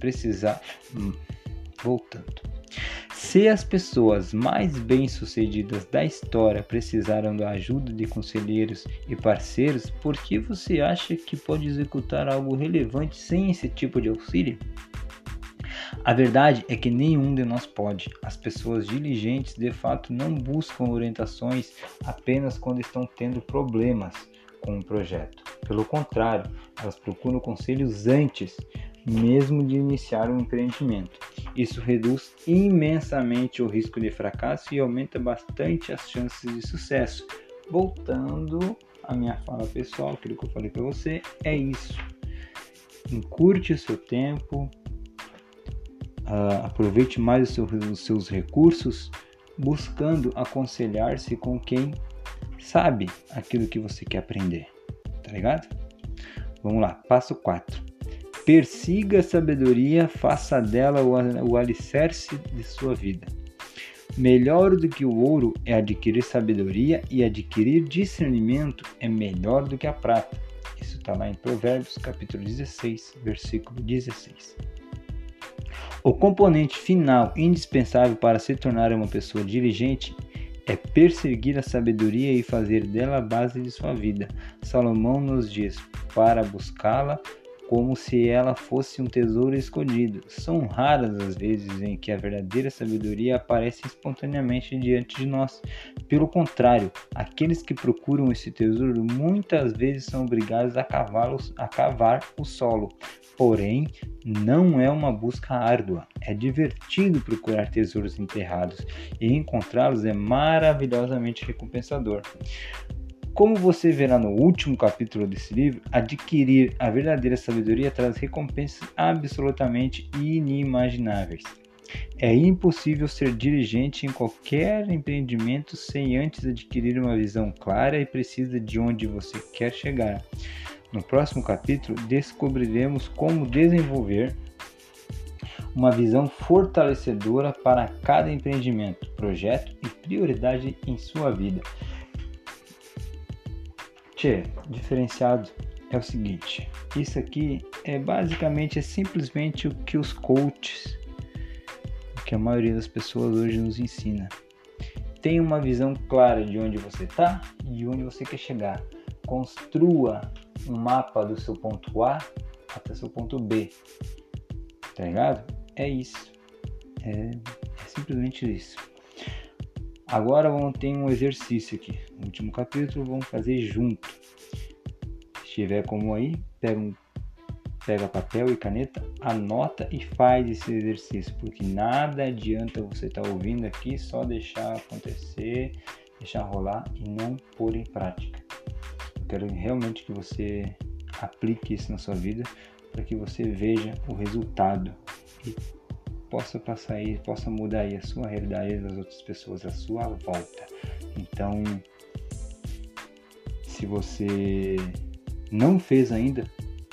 da história precisaram da ajuda de conselheiros e parceiros, por que você acha que pode executar algo relevante sem esse tipo de auxílio? A verdade é que nenhum de nós pode. As pessoas diligentes de fato não buscam orientações apenas quando estão tendo problemas com um projeto. Pelo contrário, elas procuram conselhos antes mesmo de iniciar um empreendimento. Isso reduz imensamente o risco de fracasso e aumenta bastante as chances de sucesso. Voltando à minha fala pessoal, aquilo que eu falei para você, é isso. Encurte o seu tempo, aproveite mais os seus recursos, buscando aconselhar-se com quem sabe aquilo que você quer aprender, tá ligado? Vamos lá, passo 4. Persiga a sabedoria, faça dela o alicerce de sua vida. Melhor do que o ouro é adquirir sabedoria, e adquirir discernimento é melhor do que a prata. Isso está lá em Provérbios, capítulo 16, versículo 16. O componente final indispensável para se tornar uma pessoa diligente é perseguir a sabedoria e fazer dela a base de sua vida. Salomão nos diz para buscá-la como se ela fosse um tesouro escondido. São raras as vezes em que a verdadeira sabedoria aparece espontaneamente diante de nós. Pelo contrário, aqueles que procuram esse tesouro muitas vezes são obrigados a cavar o solo. Porém, não é uma busca árdua. É divertido procurar tesouros enterrados e encontrá-los é maravilhosamente recompensador. Como você verá no último capítulo desse livro, adquirir a verdadeira sabedoria traz recompensas absolutamente inimagináveis. É impossível ser diligente em qualquer empreendimento sem antes adquirir uma visão clara e precisa de onde você quer chegar. No próximo capítulo, descobriremos como desenvolver uma visão fortalecedora para cada empreendimento, projeto e prioridade em sua vida. Diferenciado é o seguinte, isso aqui é simplesmente o que os coaches, o que a maioria das pessoas hoje nos ensina. Tenha uma visão clara de onde você está e onde você quer chegar. Construa um mapa do seu ponto A até seu ponto B, tá ligado? É isso, é simplesmente isso. Agora vamos ter um exercício aqui. No último capítulo vamos fazer junto. Se estiver como aí, pega papel e caneta, anota e faz esse exercício. Porque nada adianta você estar ouvindo aqui, só deixar acontecer, deixar rolar e não pôr em prática. Eu quero realmente que você aplique isso na sua vida para que você veja o resultado e possa mudar aí a sua realidade das outras pessoas à sua volta. Então, se você não fez ainda,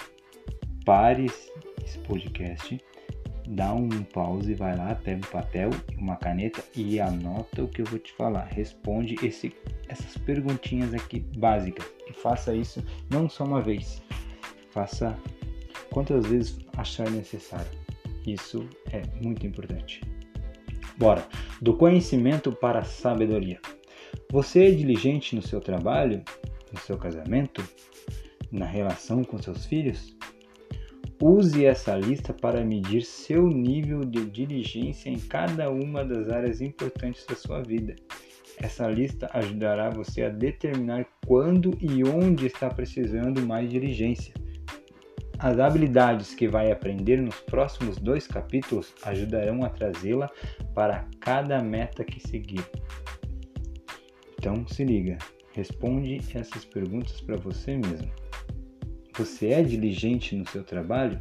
pare esse podcast, dá um pause, vai lá, pega um papel e uma caneta e anota o que eu vou te falar. Responde essas perguntinhas aqui básicas e faça isso não só uma vez, faça quantas vezes achar necessário. Isso é muito importante. Bora! Do conhecimento para a sabedoria. Você é diligente no seu trabalho, no seu casamento, na relação com seus filhos? Use essa lista para medir seu nível de diligência em cada uma das áreas importantes da sua vida. Essa lista ajudará você a determinar quando e onde está precisando mais diligência. As habilidades que vai aprender nos próximos 2 capítulos ajudarão a trazê-la para cada meta que seguir. Então, se liga, responde essas perguntas para você mesmo. Você é diligente no seu trabalho?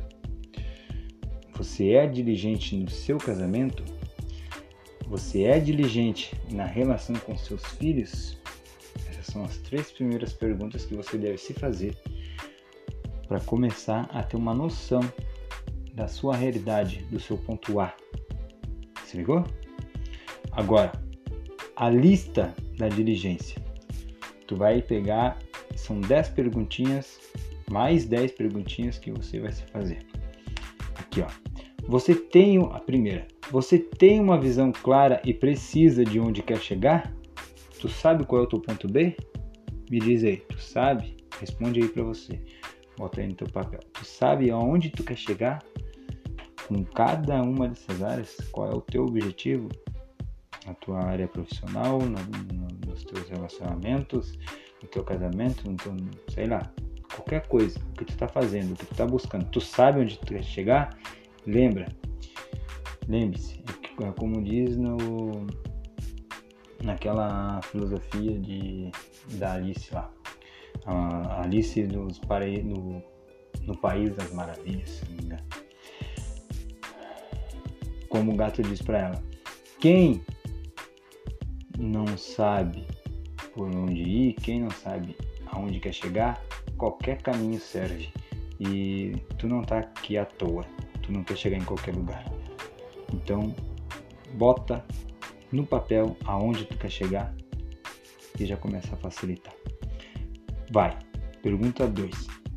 Você é diligente no seu casamento? Você é diligente na relação com seus filhos? Essas são as 3 primeiras perguntas que você deve se fazer para começar a ter uma noção da sua realidade, do seu ponto A. Se ligou? Agora, a lista da diligência. Tu vai pegar, são 10 perguntinhas, mais 10 perguntinhas que você vai se fazer. Aqui, ó. A primeira. Você tem uma visão clara e precisa de onde quer chegar? Tu sabe qual é o teu ponto B? Me diz aí, tu sabe? Responde aí para você. Bota aí no teu papel. Tu sabe aonde tu quer chegar com cada uma dessas áreas? Qual é o teu objetivo? Na tua área profissional, nos teus relacionamentos, no teu casamento, no teu, sei lá, qualquer coisa. O que tu tá fazendo, o que tu tá buscando. Tu sabe onde tu quer chegar? Lembre-se, como diz naquela filosofia da Alice lá. A Alice no País das Maravilhas, se não me engano. Como o gato diz para ela: quem não sabe por onde ir, quem não sabe aonde quer chegar, qualquer caminho serve. E tu não tá aqui à toa, tu não quer chegar em qualquer lugar. Então, bota no papel aonde tu quer chegar e já começa a facilitar. Vai, pergunta 2.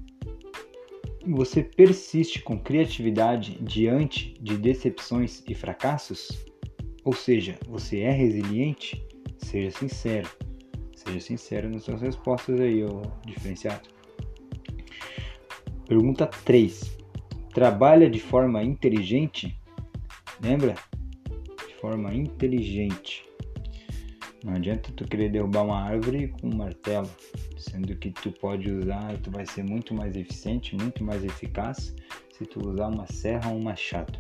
Você persiste com criatividade diante de decepções e fracassos? Ou seja, você é resiliente? Seja sincero. Seja sincero nas suas respostas aí, ô diferenciado. Pergunta 3. Trabalha de forma inteligente? Lembra? De forma inteligente. Não adianta tu querer derrubar uma árvore com um martelo, sendo que tu pode usar, tu vai ser muito mais eficiente, muito mais eficaz se tu usar uma serra ou um machado.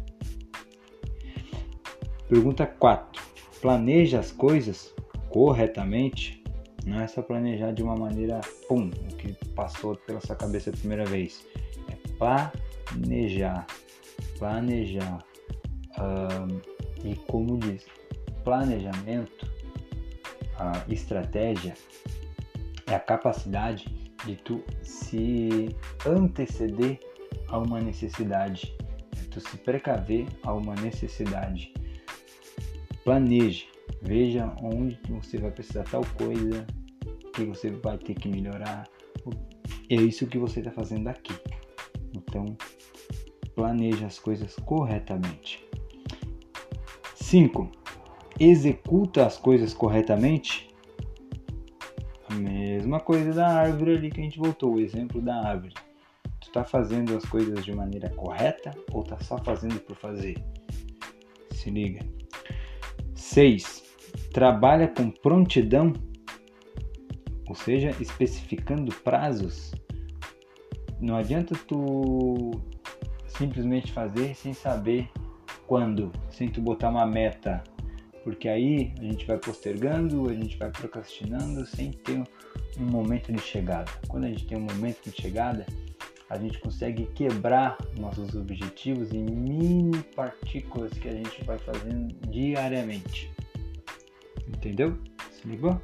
Pergunta 4. Planeja as coisas corretamente? Não é só planejar de uma maneira, o que passou pela sua cabeça a primeira vez. É planejar. E como diz, planejamento, a estratégia é a capacidade de tu se anteceder a uma necessidade, de tu se precaver a uma necessidade. Planeje, veja onde você vai precisar tal coisa, que você vai ter que melhorar. É isso que você está fazendo aqui. Então, planeje as coisas corretamente. 5. Executa as coisas corretamente? A mesma coisa da árvore ali que a gente voltou, o exemplo da árvore. Tu está fazendo as coisas de maneira correta ou está só fazendo por fazer? Se liga. 6. Trabalha com prontidão, ou seja, especificando prazos. Não adianta tu simplesmente fazer sem saber quando, sem tu botar uma meta, porque aí a gente vai postergando, a gente vai procrastinando sem ter um momento de chegada. Quando a gente tem um momento de chegada, a gente consegue quebrar nossos objetivos em mini partículas que a gente vai fazendo diariamente. Entendeu? Se ligou?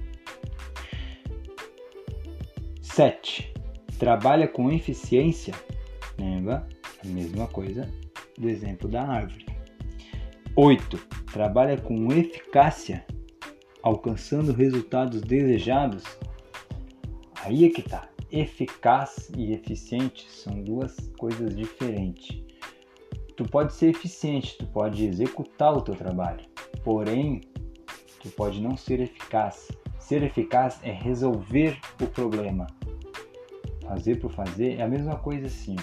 7. Trabalha com eficiência. Lembra? A mesma coisa do exemplo da árvore. 8. Trabalha com eficácia, alcançando resultados desejados. Aí é que tá. Eficaz e eficiente são duas coisas diferentes. Tu pode ser eficiente, tu pode executar o teu trabalho, porém, tu pode não ser eficaz. Ser eficaz é resolver o problema. Fazer por fazer é a mesma coisa assim.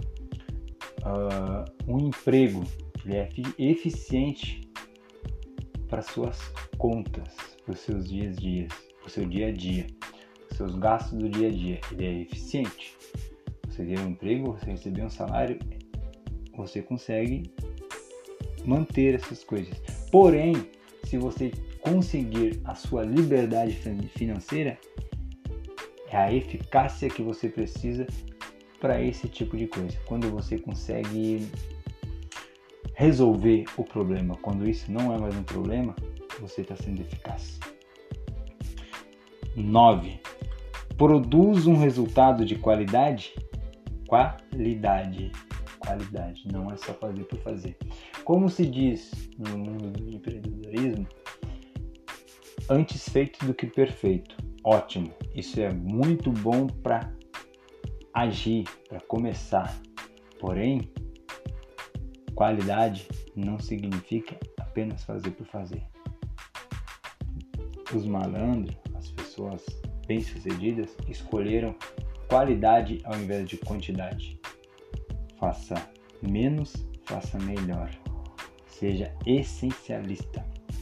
Um emprego, ele é eficiente para suas contas, para os seus dias a dia, para o seu dia a dia, para os seus gastos do dia a dia. Ele é eficiente. Você ter um emprego, você receber um salário, você consegue manter essas coisas. Porém, se você conseguir a sua liberdade financeira, é a eficácia que você precisa para esse tipo de coisa. Quando você consegue resolver o problema, quando isso não é mais um problema, você está sendo eficaz. 9. Produz um resultado de qualidade? Qualidade, não é só fazer por fazer. Como se diz no mundo do empreendedorismo, antes feito do que perfeito. Ótimo, isso é muito bom para agir, para começar. Porém, qualidade não significa apenas fazer por fazer. Os malandros, as pessoas bem-sucedidas, escolheram qualidade ao invés de quantidade. Faça menos, faça melhor. Seja essencialista.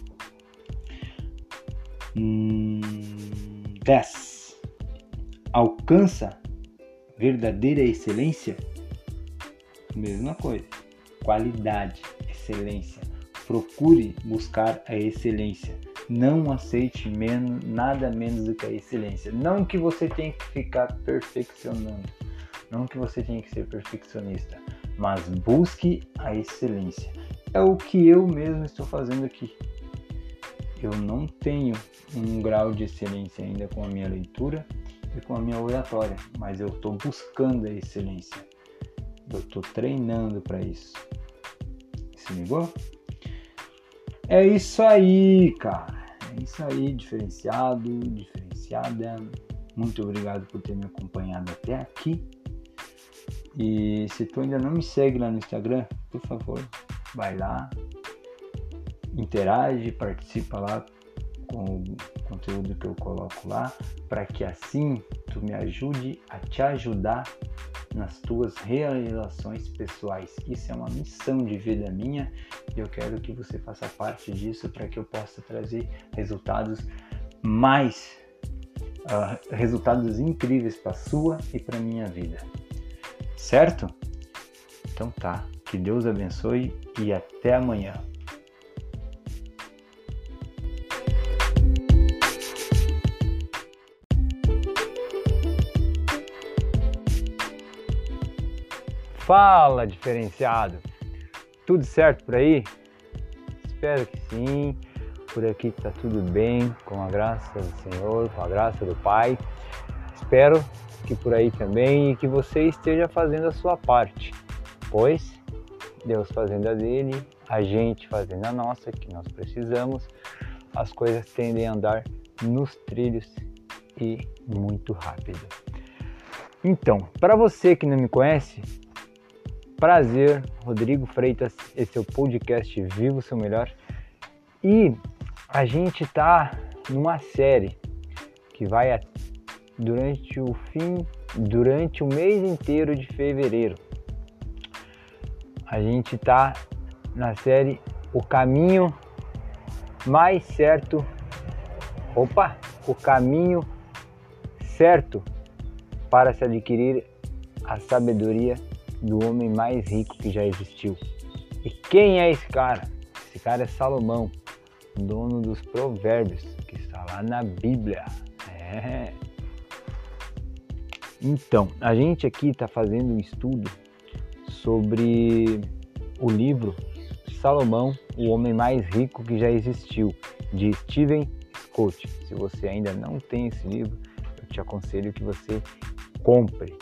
10. Alcança verdadeira excelência? Mesma coisa. Qualidade, excelência. Procure buscar a excelência. Não aceite nada menos do que a excelência. Não que você tenha que ficar perfeccionando. Não que você tenha que ser perfeccionista. Mas busque a excelência. É o que eu mesmo estou fazendo aqui. Eu não tenho um grau de excelência ainda com a minha leitura e com a minha oratória, mas eu estou buscando a excelência. Eu estou treinando para isso. Se ligou? É isso aí, cara. É isso aí, diferenciado, diferenciada. Muito obrigado por ter me acompanhado até aqui. E se tu ainda não me segue lá no Instagram, por favor, vai lá, interage, participa lá com o conteúdo que eu coloco lá, para que assim tu me ajude a te ajudar nas tuas realizações pessoais. Isso é uma missão de vida minha e eu quero que você faça parte disso para que eu possa trazer resultados resultados incríveis para a sua e para a minha vida. Certo? Então tá. Que Deus abençoe e até amanhã. Fala, diferenciado! Tudo certo por aí? Espero que sim. Por aqui está tudo bem, com a graça do Senhor, com a graça do Pai. Espero que por aí também e que você esteja fazendo a sua parte, pois Deus fazendo a dele, a gente fazendo a nossa, que nós precisamos, as coisas tendem a andar nos trilhos e muito rápido. Então, para você que não me conhece, prazer, Rodrigo Freitas, esse é o podcast Viva o Seu Melhor e a gente está numa série que vai durante o mês inteiro de fevereiro. A gente está na série O Caminho Mais Certo, o caminho certo para se adquirir a sabedoria do homem mais rico que já existiu. E quem é esse cara? Esse cara é Salomão, dono dos provérbios, que está lá na Bíblia. Então, a gente aqui está fazendo um estudo sobre o livro Salomão, o homem mais rico que já existiu, de Stephen Scott. Se você ainda não tem esse livro, eu te aconselho que você compre.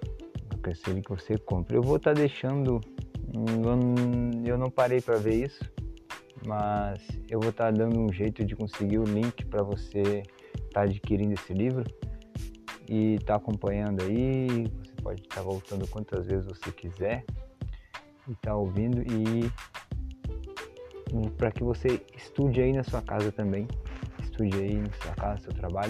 Eu vou estar deixando, eu não parei para ver isso, mas eu vou estar dando um jeito de conseguir o link para você estar adquirindo esse livro e estar acompanhando aí. Você pode estar voltando quantas vezes você quiser e estar ouvindo, e para que você estude aí na sua casa também, estude aí na sua casa, no seu trabalho,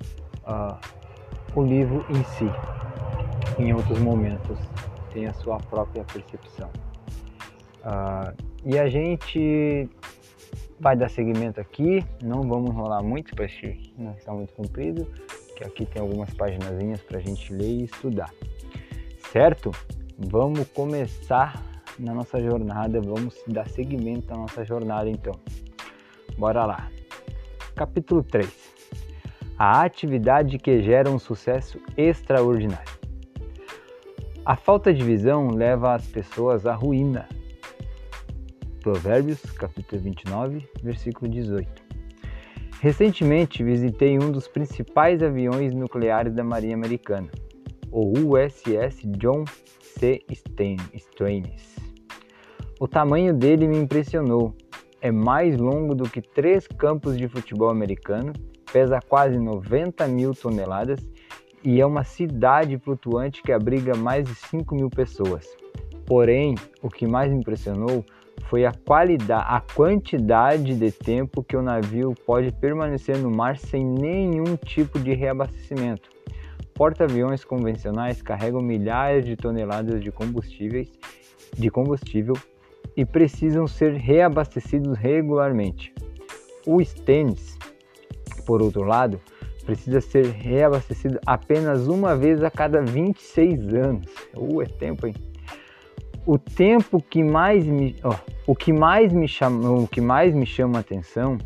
o livro em si. Em outros momentos tem a sua própria percepção. E a gente vai dar seguimento aqui, não vamos enrolar muito para não ficar muito comprido, que aqui tem algumas paginazinhas para a gente ler e estudar. Certo? Vamos começar na nossa jornada, vamos dar seguimento à nossa jornada então. Bora lá. Capítulo 3. A atividade que gera um sucesso extraordinário. A falta de visão leva as pessoas à ruína. Provérbios, capítulo 29, versículo 18. Recentemente visitei um dos principais aviões nucleares da Marinha Americana, o USS John C. Stennis. O tamanho dele me impressionou. É mais longo do que 3 campos de futebol americano, pesa quase 90 mil toneladas e é uma cidade flutuante que abriga mais de 5 mil pessoas. Porém, o que mais me impressionou foi a quantidade de tempo que o navio pode permanecer no mar sem nenhum tipo de reabastecimento. Porta-aviões convencionais carregam milhares de toneladas de combustível e precisam ser reabastecidos regularmente. O Stennis, por outro lado, precisa ser reabastecido apenas uma vez a cada 26 anos. É tempo, hein? O que mais me chama a atenção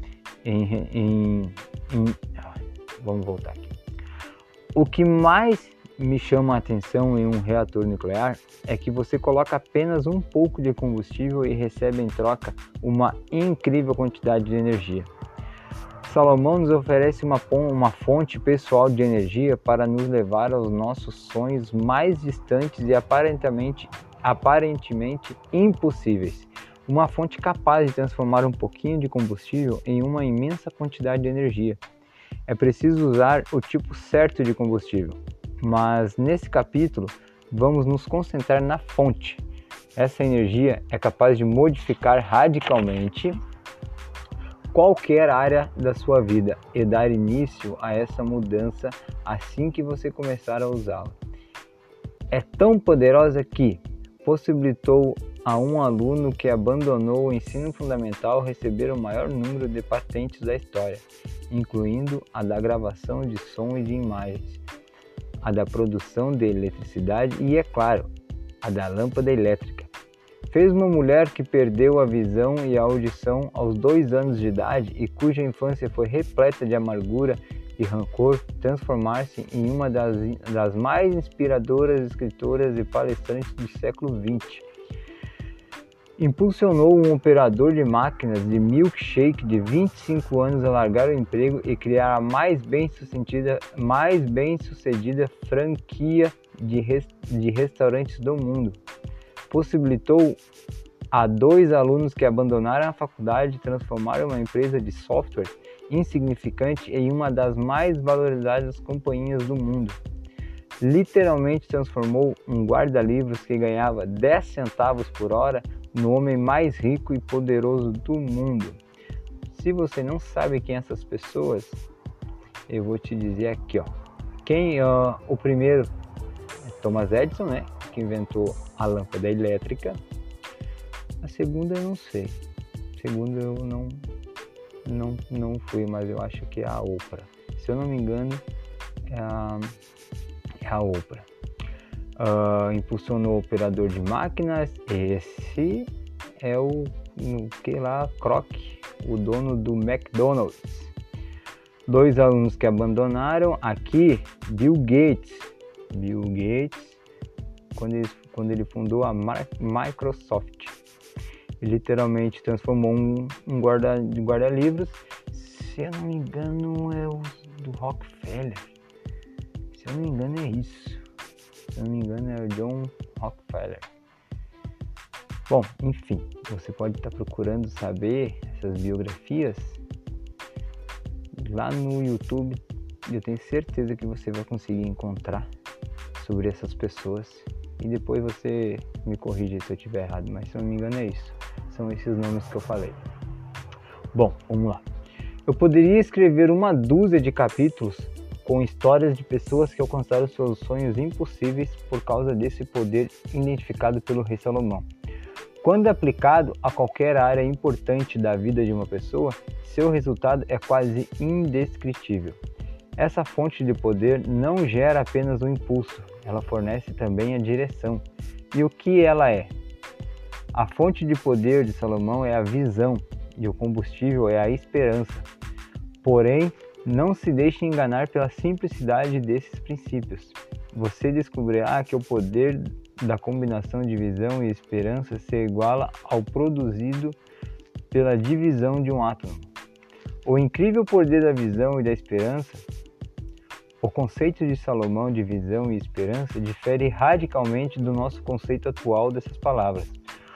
vamos voltar aqui. O que mais me chama a atenção em um reator nuclear é que você coloca apenas um pouco de combustível e recebe em troca uma incrível quantidade de energia. Salomão nos oferece uma fonte pessoal de energia para nos levar aos nossos sonhos mais distantes e aparentemente impossíveis. Uma fonte capaz de transformar um pouquinho de combustível em uma imensa quantidade de energia. É preciso usar o tipo certo de combustível, mas nesse capítulo vamos nos concentrar na fonte. Essa energia é capaz de modificar radicalmente qualquer área da sua vida e dar início a essa mudança assim que você começar a usá-la. é tão poderosa que possibilitou a um aluno que abandonou o ensino fundamental receber o maior número de patentes da história, incluindo a da gravação de som e de imagens, a da produção de eletricidade e, é claro, a da lâmpada elétrica. Fez uma mulher que perdeu a visão e a audição aos 2 anos de idade e cuja infância foi repleta de amargura e rancor transformar-se em uma das mais inspiradoras escritoras e palestrantes do século XX. Impulsionou um operador de máquinas de milkshake de 25 anos a largar o emprego e criar a mais bem-sucedida franquia de restaurantes do mundo. Possibilitou a 2 alunos que abandonaram a faculdade transformar uma empresa de software insignificante em uma das mais valorizadas companhias do mundo. Literalmente transformou um guarda-livros que ganhava 10 centavos por hora no homem mais rico e poderoso do mundo. Se você não sabe quem são essas pessoas, eu vou te dizer aqui, ó. O primeiro é Thomas Edison, né, que inventou a lâmpada elétrica. A segunda eu não sei. A segunda eu não fui, mas eu acho que é a Oprah. Se eu não me engano, é a Oprah. Impulsionou o operador de máquinas. Esse é o Kroc, o dono do McDonald's. 2 alunos que abandonaram. Aqui, Bill Gates, quando ele fundou a Microsoft, ele literalmente transformou um guarda-livros. Se eu não me engano, é o do Rockefeller. Se eu não me engano, é isso. Se eu não me engano, é o John Rockefeller. Bom, enfim, você pode estar procurando saber essas biografias lá no YouTube. Eu tenho certeza que você vai conseguir encontrar sobre essas pessoas. E depois você me corrige se eu estiver errado, mas se eu não me engano é isso. São esses nomes que eu falei. Bom, vamos lá. Eu poderia escrever uma dúzia de capítulos com histórias de pessoas que alcançaram seus sonhos impossíveis por causa desse poder identificado pelo rei Salomão. Quando aplicado a qualquer área importante da vida de uma pessoa, seu resultado é quase indescritível. Essa fonte de poder não gera apenas um impulso, ela fornece também a direção. E o que ela é? A fonte de poder de Salomão é a visão e o combustível é a esperança. Porém, não se deixe enganar pela simplicidade desses princípios. Você descobrirá que o poder da combinação de visão e esperança se iguala ao produzido pela divisão de um átomo. O incrível poder da visão e da esperança. O conceito de Salomão de visão e esperança difere radicalmente do nosso conceito atual dessas palavras.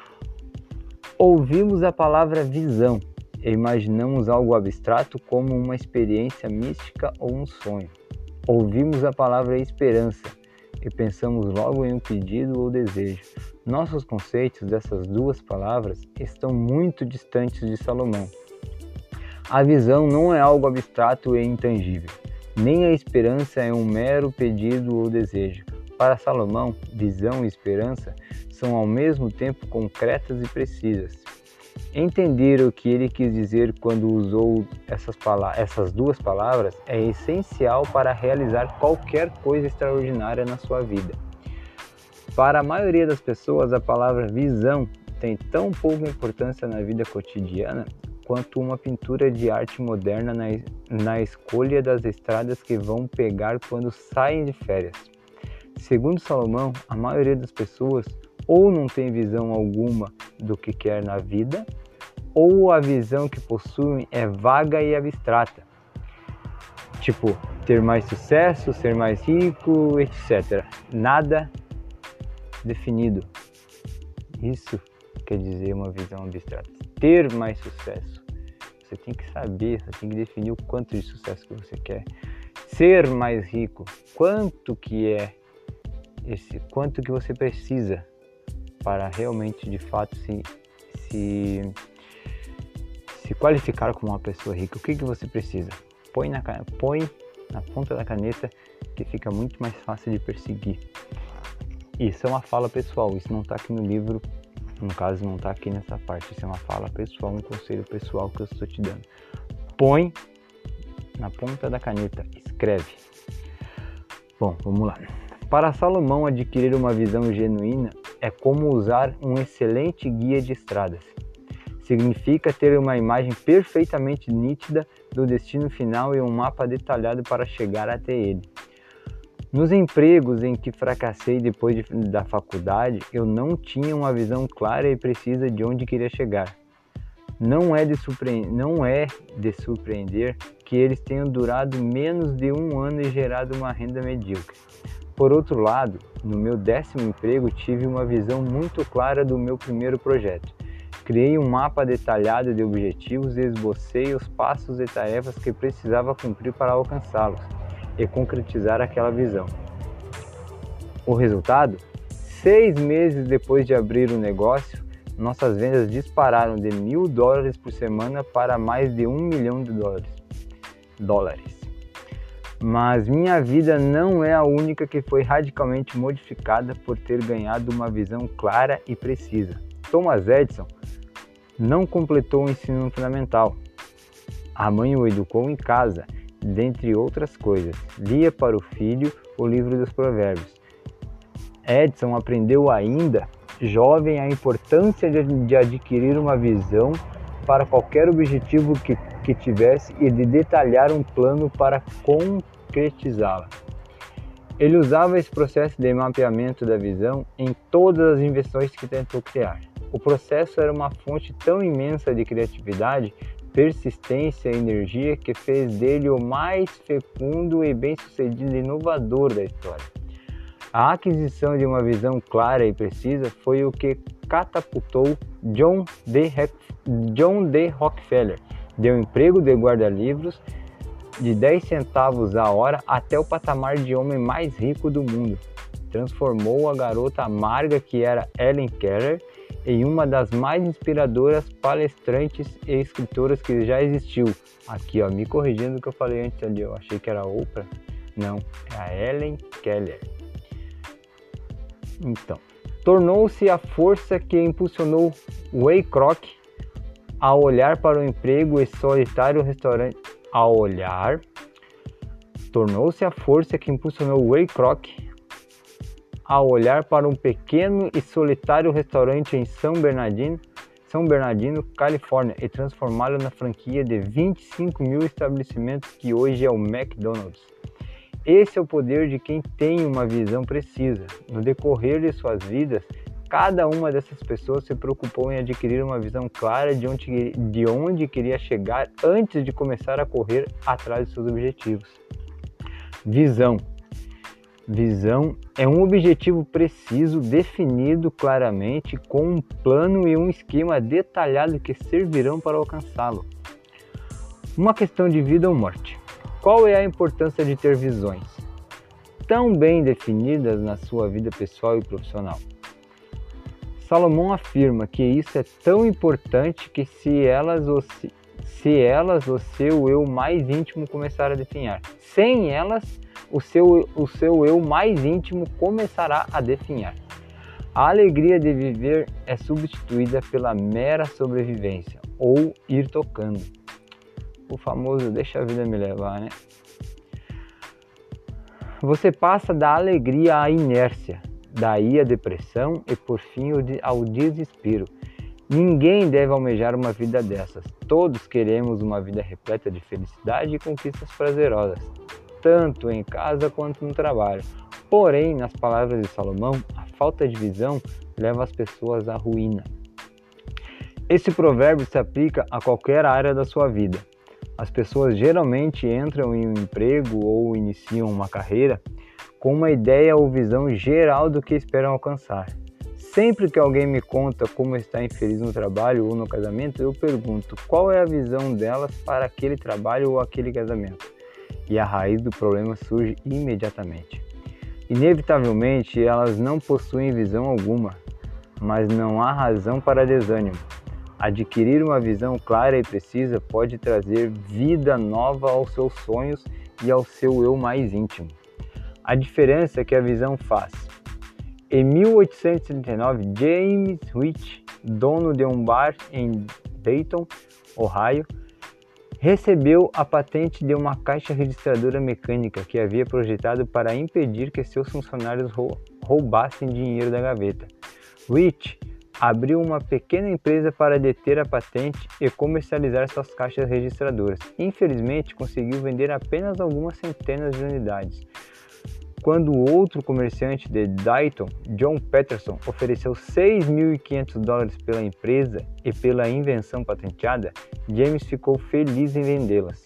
Ouvimos a palavra visão e imaginamos algo abstrato como uma experiência mística ou um sonho. Ouvimos a palavra esperança e pensamos logo em um pedido ou desejo. Nossos conceitos dessas 2 palavras estão muito distantes de Salomão. A visão não é algo abstrato e intangível. Nem a esperança é um mero pedido ou desejo. Para Salomão, visão e esperança são ao mesmo tempo concretas e precisas. Entender o que ele quis dizer quando usou essas 2 palavras é essencial para realizar qualquer coisa extraordinária na sua vida. Para a maioria das pessoas, a palavra visão tem tão pouca importância na vida cotidiana quanto uma pintura de arte moderna na escolha das estradas que vão pegar quando saem de férias. Segundo Salomão, a maioria das pessoas ou não tem visão alguma do que quer na vida, ou a visão que possuem é vaga e abstrata. Tipo, ter mais sucesso, ser mais rico, etc. Nada definido. Isso quer dizer uma visão abstrata. Ter mais sucesso. Você tem que saber, você tem que definir o quanto de sucesso que você quer. Ser mais rico. Quanto que é quanto que você precisa para realmente, de fato, se qualificar como uma pessoa rica. O que você precisa? Põe na ponta da caneta que fica muito mais fácil de perseguir. Isso é uma fala pessoal, isso não está aqui no livro, no caso não está aqui nessa parte, isso é uma fala pessoal, um conselho pessoal que eu estou te dando. Põe na ponta da caneta, escreve. Bom, vamos lá. Para Salomão, adquirir uma visão genuína é como usar um excelente guia de estradas. Significa ter uma imagem perfeitamente nítida do destino final e um mapa detalhado para chegar até ele. Nos empregos em que fracassei depois da faculdade, eu não tinha uma visão clara e precisa de onde queria chegar. Não é de surpreender que eles tenham durado menos de 1 ano e gerado uma renda medíocre. Por outro lado, no meu 10º emprego, tive uma visão muito clara do meu primeiro projeto. Criei um mapa detalhado de objetivos e esbocei os passos e tarefas que precisava cumprir para alcançá-los e concretizar aquela visão. O resultado? 6 meses depois de abrir o negócio, nossas vendas dispararam de $1.000 por semana para mais de $1 milhão. Mas minha vida não é a única que foi radicalmente modificada por ter ganhado uma visão clara e precisa. Thomas Edison não completou o ensino fundamental. A mãe o educou em casa, dentre outras coisas. Lia para o filho o livro dos Provérbios. Edison aprendeu ainda, jovem, a importância de adquirir uma visão para qualquer objetivo que tivesse e de detalhar um plano para concretizá-la. Ele usava esse processo de mapeamento da visão em todas as invenções que tentou criar. O processo era uma fonte tão imensa de criatividade, persistência e energia que fez dele o mais fecundo e bem-sucedido inovador da história. A aquisição de uma visão clara e precisa foi o que catapultou John D. Rockefeller, deu emprego de guarda-livros de 10 centavos a hora até o patamar de homem mais rico do mundo. Transformou a garota amarga que era Helen Keller em uma das mais inspiradoras palestrantes e escritoras que já existiu. Aqui, ó, me corrigindo o que eu falei antes ali, eu achei que era a Oprah. Não, é a Helen Keller. Então, tornou-se a força que impulsionou Ray Kroc a olhar para o emprego e solitário restaurante. Tornou-se a força que impulsionou Ray Kroc a olhar para um pequeno e solitário restaurante em São Bernardino, Califórnia, e transformá-lo na franquia de 25 mil estabelecimentos que hoje é o McDonald's. Esse é o poder de quem tem uma visão precisa. No decorrer de suas vidas, cada uma dessas pessoas se preocupou em adquirir uma visão clara de onde queria chegar antes de começar a correr atrás de seus objetivos. Visão. Visão é um objetivo preciso, definido claramente, com um plano e um esquema detalhado que servirão para alcançá-lo. Uma questão de vida ou morte. Qual é a importância de ter visões tão bem definidas na sua vida pessoal e profissional? Salomão afirma que isso é tão importante que se elas o seu eu mais íntimo começar a definhar. Sem elas, o seu eu mais íntimo começará a definhar. A alegria de viver é substituída pela mera sobrevivência, ou ir tocando. O famoso deixa a vida me levar, né? Você passa da alegria à inércia, daí à depressão e por fim ao desespero. Ninguém deve almejar uma vida dessas. Todos queremos uma vida repleta de felicidade e conquistas prazerosas, tanto em casa quanto no trabalho. Porém, nas palavras de Salomão, a falta de visão leva as pessoas à ruína. Esse provérbio se aplica a qualquer área da sua vida. As pessoas geralmente entram em um emprego ou iniciam uma carreira com uma ideia ou visão geral do que esperam alcançar. Sempre que alguém me conta como está infeliz no trabalho ou no casamento, eu pergunto qual é a visão delas para aquele trabalho ou aquele casamento. E a raiz do problema surge imediatamente. Inevitavelmente, elas não possuem visão alguma, mas não há razão para desânimo. Adquirir uma visão clara e precisa pode trazer vida nova aos seus sonhos e ao seu eu mais íntimo. A diferença que a visão faz. Em 1839, James Rich, dono de um bar em Dayton, Ohio, recebeu a patente de uma caixa registradora mecânica que havia projetado para impedir que seus funcionários roubassem dinheiro da gaveta. Rich abriu uma pequena empresa para deter a patente e comercializar suas caixas registradoras. Infelizmente, conseguiu vender apenas algumas centenas de unidades. Quando outro comerciante de Dayton, John Peterson, ofereceu $6.500 pela empresa e pela invenção patenteada, James ficou feliz em vendê-las.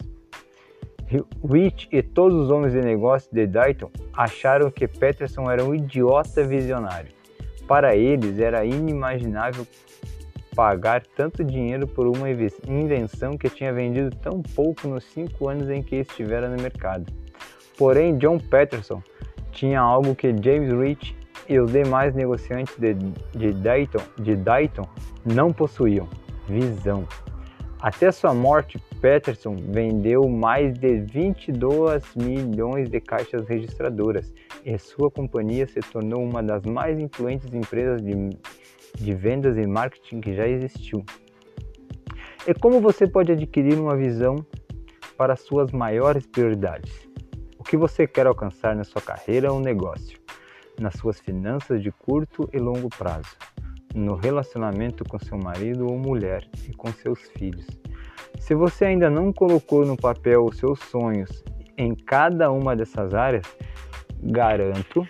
Rich e todos os homens de negócio de Dayton acharam que Peterson era um idiota visionário. Para eles, era inimaginável pagar tanto dinheiro por uma invenção que tinha vendido tão pouco nos 5 anos em que estivera no mercado. Porém, John Peterson tinha algo que James Rich e os demais negociantes de Dayton não possuíam: visão. Até sua morte, Peterson vendeu mais de 22 milhões de caixas registradoras e sua companhia se tornou uma das mais influentes empresas de vendas e marketing que já existiu. E como você pode adquirir uma visão para suas maiores prioridades? O que você quer alcançar na sua carreira ou negócio, nas suas finanças de curto e longo prazo, no relacionamento com seu marido ou mulher e com seus filhos. Se você ainda não colocou no papel os seus sonhos em cada uma dessas áreas, garanto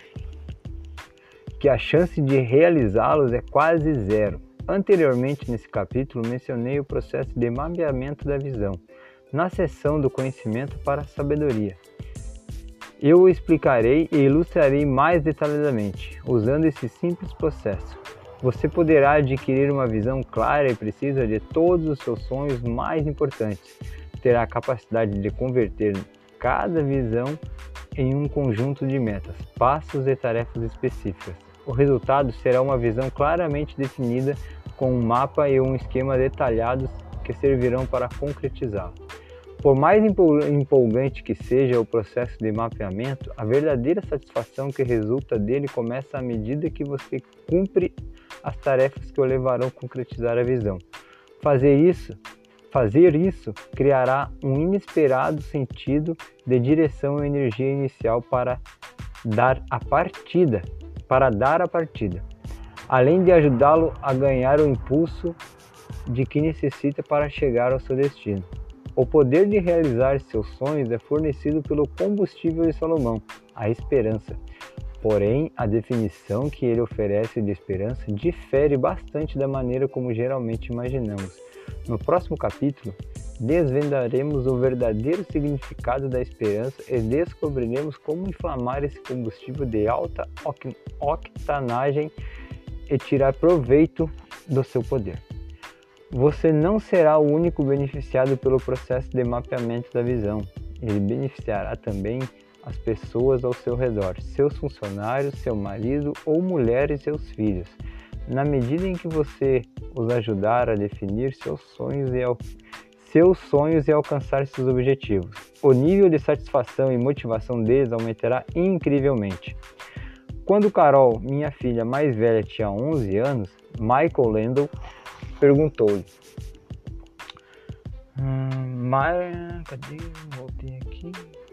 que a chance de realizá-los é quase zero. Anteriormente, nesse capítulo, mencionei o processo de mapeamento da visão, na seção do conhecimento para a sabedoria. Eu o explicarei e ilustrarei mais detalhadamente, usando esse simples processo. Você poderá adquirir uma visão clara e precisa de todos os seus sonhos mais importantes. Terá a capacidade de converter cada visão em um conjunto de metas, passos e tarefas específicas. O resultado será uma visão claramente definida, com um mapa e um esquema detalhados que servirão para concretizá-la. Por mais empolgante que seja o processo de mapeamento, a verdadeira satisfação que resulta dele começa à medida que você cumpre as tarefas que o levarão a concretizar a visão. Fazer isso criará um inesperado sentido de direção e energia inicial para dar a partida, além de ajudá-lo a ganhar o impulso de que necessita para chegar ao seu destino. O poder de realizar seus sonhos é fornecido pelo combustível de Salomão, a esperança. Porém, a definição que ele oferece de esperança difere bastante da maneira como geralmente imaginamos. No próximo capítulo, desvendaremos o verdadeiro significado da esperança e descobriremos como inflamar esse combustível de alta octanagem e tirar proveito do seu poder. Você não será o único beneficiado pelo processo de mapeamento da visão. Ele beneficiará também as pessoas ao seu redor, seus funcionários, seu marido ou mulher e seus filhos, na medida em que você os ajudar a definir seus sonhos e alcançar seus objetivos. O nível de satisfação e motivação deles aumentará incrivelmente. Quando Carol, minha filha mais velha, tinha 11 anos, Michael Landau perguntou-lhe: cadê? Voltei aqui.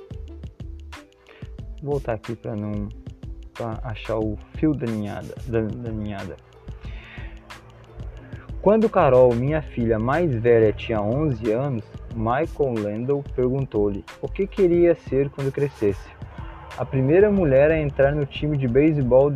Vou voltar aqui para achar o fio da ninhada. Quando Carol, minha filha mais velha, tinha 11 anos, Michael Landau perguntou-lhe o que queria ser quando crescesse. A primeira mulher a entrar no time de beisebol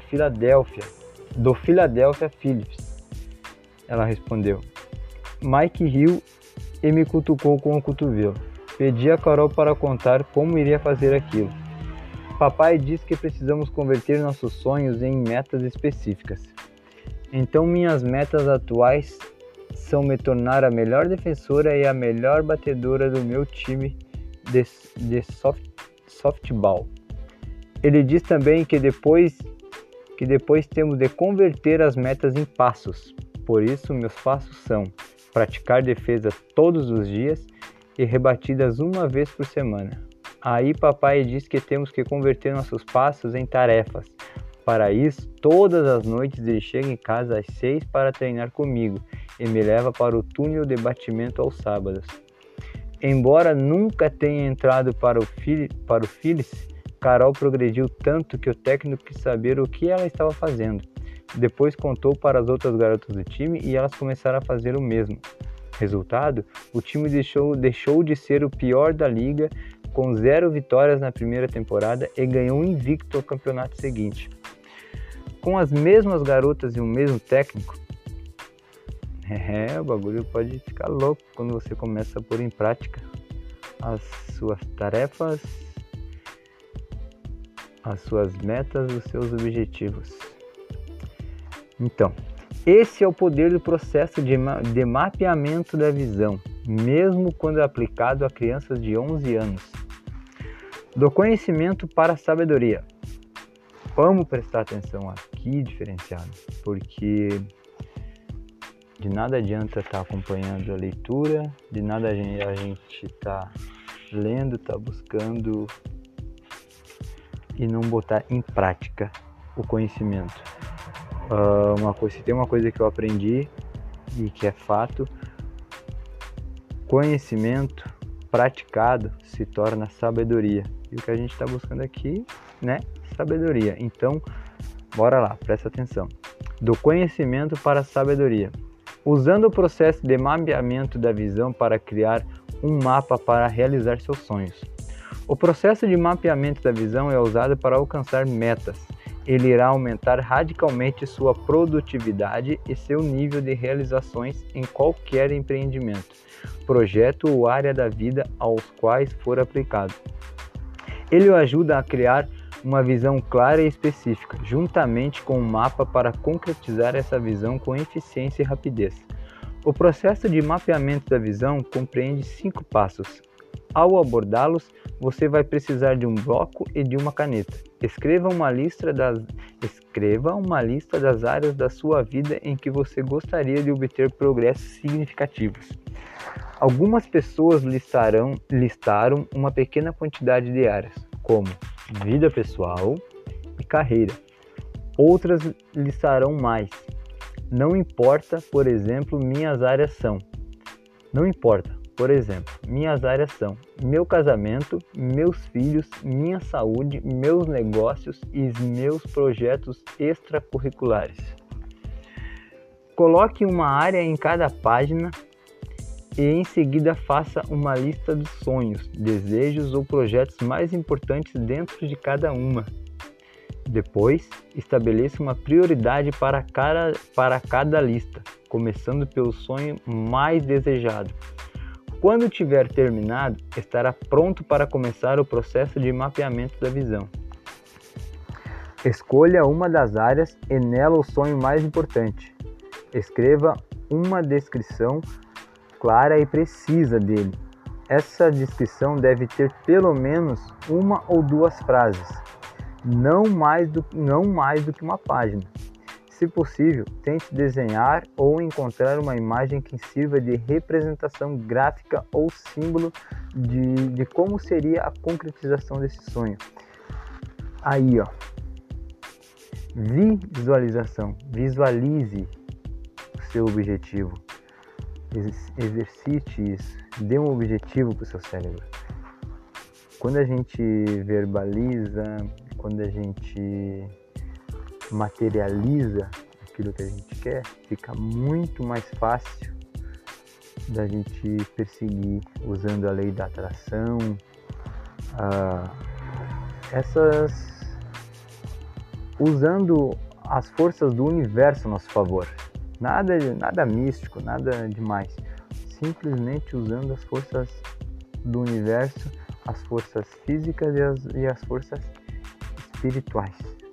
do Philadelphia Phillies. Ela respondeu. Mike riu e me cutucou com o cotovelo. Pedi a Carol para contar como iria fazer aquilo. Papai disse que precisamos converter nossos sonhos em metas específicas. Então minhas metas atuais são me tornar a melhor defensora e a melhor batedora do meu time de softball. Ele diz também que depois temos de converter as metas em passos. Por isso, meus passos são praticar defesa todos os dias e rebatidas uma vez por semana. Aí papai diz que temos que converter nossos passos em tarefas. Para isso, todas as noites ele chega em casa às 6 para treinar comigo e me leva para o túnel de batimento aos sábados. Embora nunca tenha entrado para o Phillies, Carol progrediu tanto que o técnico quis saber o que ela estava fazendo. Depois contou para as outras garotas do time e elas começaram a fazer o mesmo. Resultado, o time deixou de ser o pior da liga, com 0 vitórias na primeira temporada e ganhou invicto ao campeonato seguinte. Com as mesmas garotas e o mesmo técnico, o bagulho pode ficar louco quando você começa a pôr em prática as suas tarefas, as suas metas, os seus objetivos. Então, esse é o poder do processo de mapeamento da visão, mesmo quando aplicado a crianças de 11 anos. Do conhecimento para a sabedoria. Vamos prestar atenção aqui, diferenciado, porque de nada adianta estar acompanhando a leitura, de nada a gente estar lendo, estar buscando e não botar em prática o conhecimento. Se tem uma coisa que eu aprendi e que é fato, conhecimento praticado se torna sabedoria. E o que a gente está buscando aqui, né? Sabedoria. Então, bora lá, presta atenção. Do conhecimento para a sabedoria. Usando o processo de mapeamento da visão para criar um mapa para realizar seus sonhos. O processo de mapeamento da visão é usado para alcançar metas. Ele irá aumentar radicalmente sua produtividade e seu nível de realizações em qualquer empreendimento, projeto ou área da vida aos quais for aplicado. Ele o ajuda a criar uma visão clara e específica, juntamente com um mapa para concretizar essa visão com eficiência e rapidez. O processo de mapeamento da visão compreende 5 passos. Ao abordá-los, você vai precisar de um bloco e de uma caneta. Escreva uma lista das áreas da sua vida em que você gostaria de obter progressos significativos. Algumas pessoas listaram uma pequena quantidade de áreas, como vida pessoal e carreira. Outras listarão mais. Não importa, por exemplo, minhas áreas são meu casamento, meus filhos, minha saúde, meus negócios e meus projetos extracurriculares. Coloque uma área em cada página e em seguida faça uma lista dos sonhos, desejos ou projetos mais importantes dentro de cada uma. Depois, estabeleça uma prioridade para cada lista, começando pelo sonho mais desejado. Quando tiver terminado, estará pronto para começar o processo de mapeamento da visão. Escolha uma das áreas e nela o sonho mais importante. Escreva uma descrição clara e precisa dele. Essa descrição deve ter pelo menos 1 ou 2 frases, não mais do que uma página. Se possível, tente desenhar ou encontrar uma imagem que sirva de representação gráfica ou símbolo de como seria a concretização desse sonho. Aí, visualização. Visualize o seu objetivo. Exercite isso. Dê um objetivo para o seu cérebro. Quando a gente verbaliza, quando a gente materializa aquilo que a gente quer, fica muito mais fácil da gente perseguir usando a lei da atração, usando as forças do universo a nosso favor. Nada místico, nada demais. Simplesmente usando as forças do universo, as forças físicas e as forças espirituais.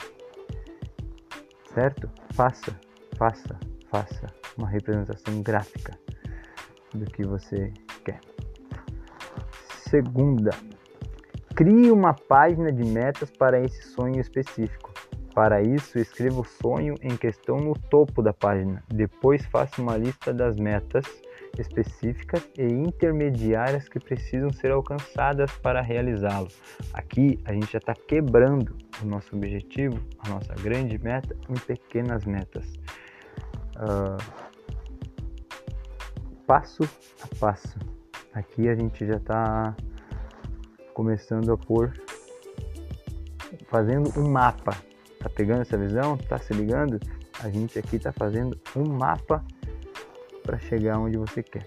Certo? Faça uma representação gráfica do que você quer. Segunda, crie uma página de metas para esse sonho específico. Para isso, escreva o sonho em questão no topo da página. Depois, faça uma lista das metas específicas e intermediárias que precisam ser alcançadas para realizá-lo. Aqui a gente já está quebrando o nosso objetivo, a nossa grande meta, em pequenas metas. Passo a passo. Aqui a gente já está começando a fazendo um mapa. Tá pegando essa visão? Tá se ligando? A gente aqui tá fazendo um mapa para chegar onde você quer.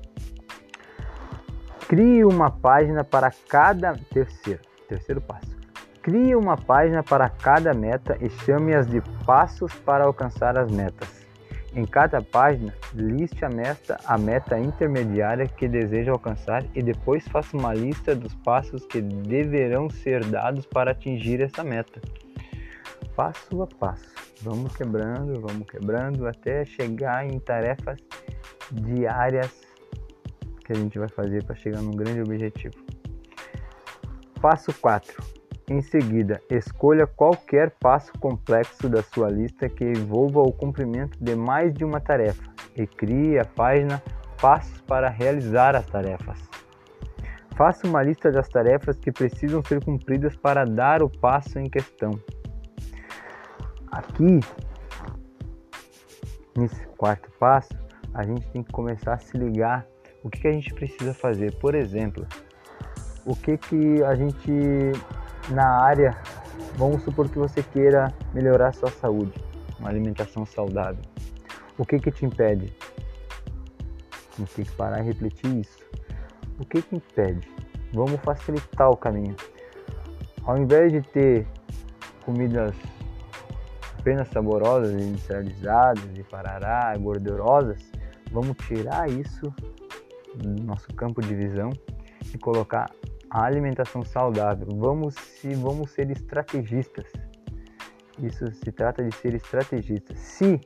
Crie uma página para cada terceiro passo. Crie uma página para cada meta e chame-as de passos para alcançar as metas. Em cada página, liste a meta intermediária que deseja alcançar e depois faça uma lista dos passos que deverão ser dados para atingir essa meta. Passo a passo, vamos quebrando até chegar em tarefas diárias que a gente vai fazer para chegar num grande objetivo. Passo 4. Em seguida, escolha qualquer passo complexo da sua lista que envolva o cumprimento de mais de uma tarefa e crie a página Passos para realizar as tarefas. Faça uma lista das tarefas que precisam ser cumpridas para dar o passo em questão. Aqui, nesse quarto passo, a gente tem que começar a se ligar o que a gente precisa fazer. Por exemplo, o que a gente... Na área, vamos supor que você queira melhorar a sua saúde, uma alimentação saudável. O que te impede? A gente tem que parar e refletir isso. O que impede? Vamos facilitar o caminho. Ao invés de ter comidas apenas saborosas, industrializadas, e parará, gordurosas, vamos tirar isso do nosso campo de visão e colocar a alimentação saudável. Vamos ser estrategistas. Isso se trata de ser estrategista.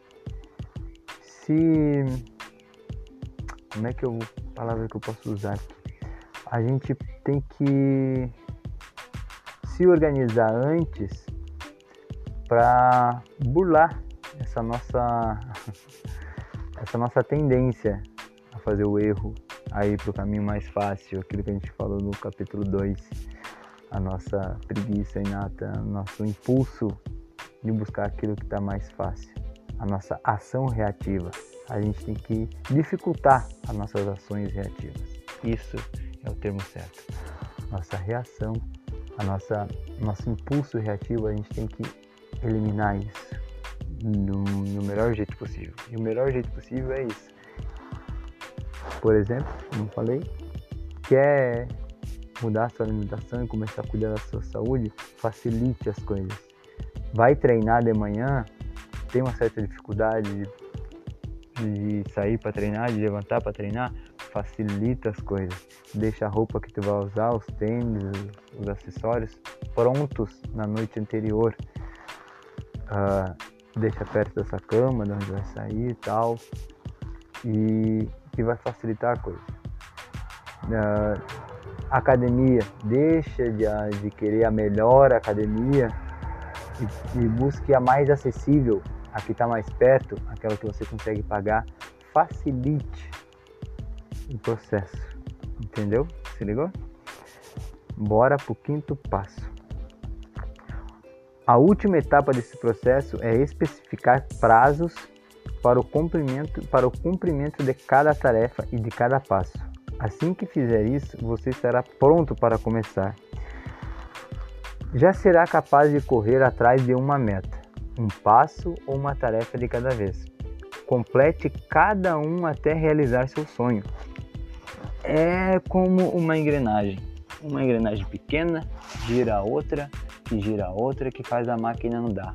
Como é que palavra que eu posso usar aqui? A gente tem que se organizar antes para burlar essa nossa tendência a fazer o erro, a ir para o caminho mais fácil, aquilo que a gente falou no capítulo 2, a nossa preguiça inata, nosso impulso de buscar aquilo que está mais fácil, a nossa ação reativa. A gente tem que dificultar as nossas ações reativas. Isso é o termo certo. Nossa reação, nosso impulso reativo, a gente tem que eliminar isso no melhor jeito possível. E o melhor jeito possível é isso. Por exemplo, como eu falei, quer mudar a sua alimentação e começar a cuidar da sua saúde, facilite as coisas. Vai treinar de manhã, tem uma certa dificuldade de sair para treinar, de levantar para treinar, facilita as coisas. Deixa a roupa que tu vai usar, os tênis, os acessórios prontos na noite anterior. Deixa perto da sua cama, de onde vai sair e tal. E que vai facilitar a coisa. Academia, deixa de querer a melhor academia e busque a mais acessível, a que está mais perto, aquela que você consegue pagar. Facilite o processo, entendeu? Se ligou? Bora pro quinto passo. A última etapa desse processo é especificar prazos para o cumprimento de cada tarefa e de cada passo. Assim que fizer isso, você estará pronto para começar. Já será capaz de correr atrás de uma meta, um passo ou uma tarefa de cada vez. Complete cada um até realizar seu sonho. É como uma engrenagem. Uma engrenagem pequena gira a outra, que gira a outra, que faz a máquina andar.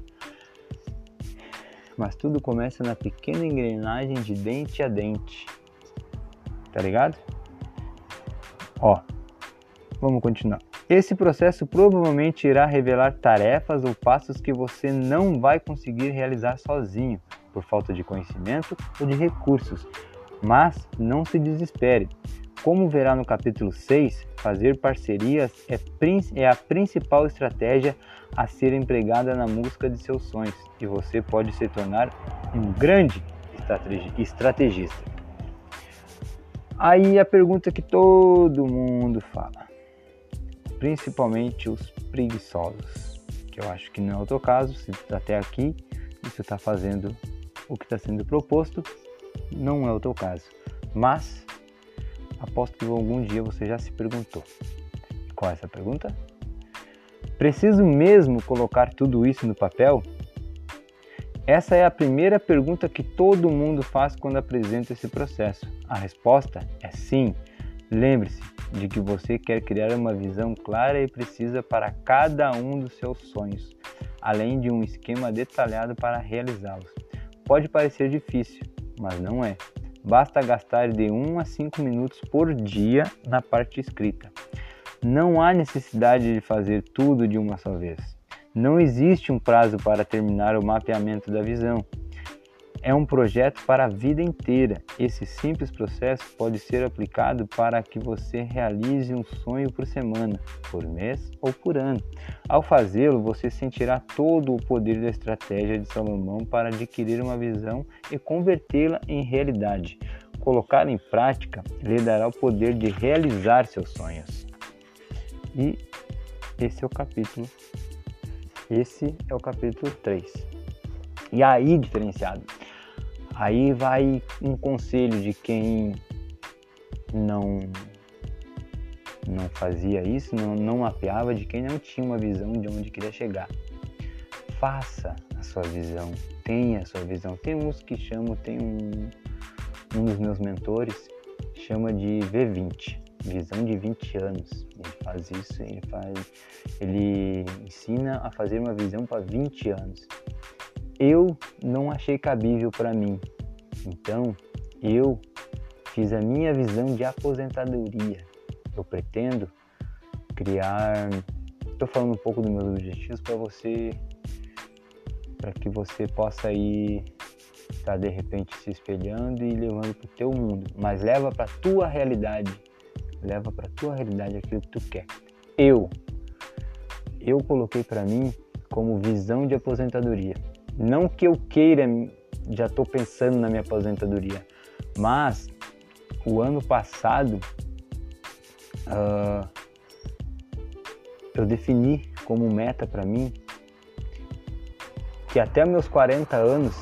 Mas tudo começa na pequena engrenagem de dente a dente. Tá ligado? Vamos continuar. Esse processo provavelmente irá revelar tarefas ou passos que você não vai conseguir realizar sozinho, por falta de conhecimento ou de recursos. Mas não se desespere. Como verá no capítulo 6, fazer parcerias é a principal estratégia a ser empregada na busca de seus sonhos, e você pode se tornar um grande estrategista. Aí a pergunta que todo mundo fala, principalmente os preguiçosos, que eu acho que não é o teu caso, se tu tá até aqui e tu tá fazendo o que está sendo proposto, não é o teu caso. Mas aposto que algum dia você já se perguntou. Qual é essa pergunta? Preciso mesmo colocar tudo isso no papel? Essa é a primeira pergunta que todo mundo faz quando apresenta esse processo. A resposta é sim. Lembre-se de que você quer criar uma visão clara e precisa para cada um dos seus sonhos, além de um esquema detalhado para realizá-los. Pode parecer difícil, mas não é. Basta gastar de 1 a 5 minutos por dia na parte escrita. Não há necessidade de fazer tudo de uma só vez. Não existe um prazo para terminar o mapeamento da visão. É um projeto para a vida inteira. Esse simples processo pode ser aplicado para que você realize um sonho por semana, por mês ou por ano. Ao fazê-lo, você sentirá todo o poder da estratégia de Salomão para adquirir uma visão e convertê-la em realidade. Colocar em prática lhe dará o poder de realizar seus sonhos. E esse é o capítulo 3. E aí, diferenciado, aí vai um conselho de quem não fazia isso, não mapeava, de quem não tinha uma visão de onde queria chegar. Faça a sua visão, tenha a sua visão. Tem uns que chamam, tem um dos meus mentores, chama de V20, visão de 20 anos. Ele faz isso, ele ensina a fazer uma visão para 20 anos. Eu não achei cabível para mim, então eu fiz a minha visão de aposentadoria. Eu pretendo criar, estou falando um pouco dos meus objetivos para que você possa ir estar de repente se espelhando e levando para o teu mundo, mas leva para a tua realidade. Leva para a tua realidade aquilo que tu quer. Eu coloquei para mim como visão de aposentadoria. Não que eu queira, já estou pensando na minha aposentadoria, mas o ano passado eu defini como meta para mim que até meus 40 anos,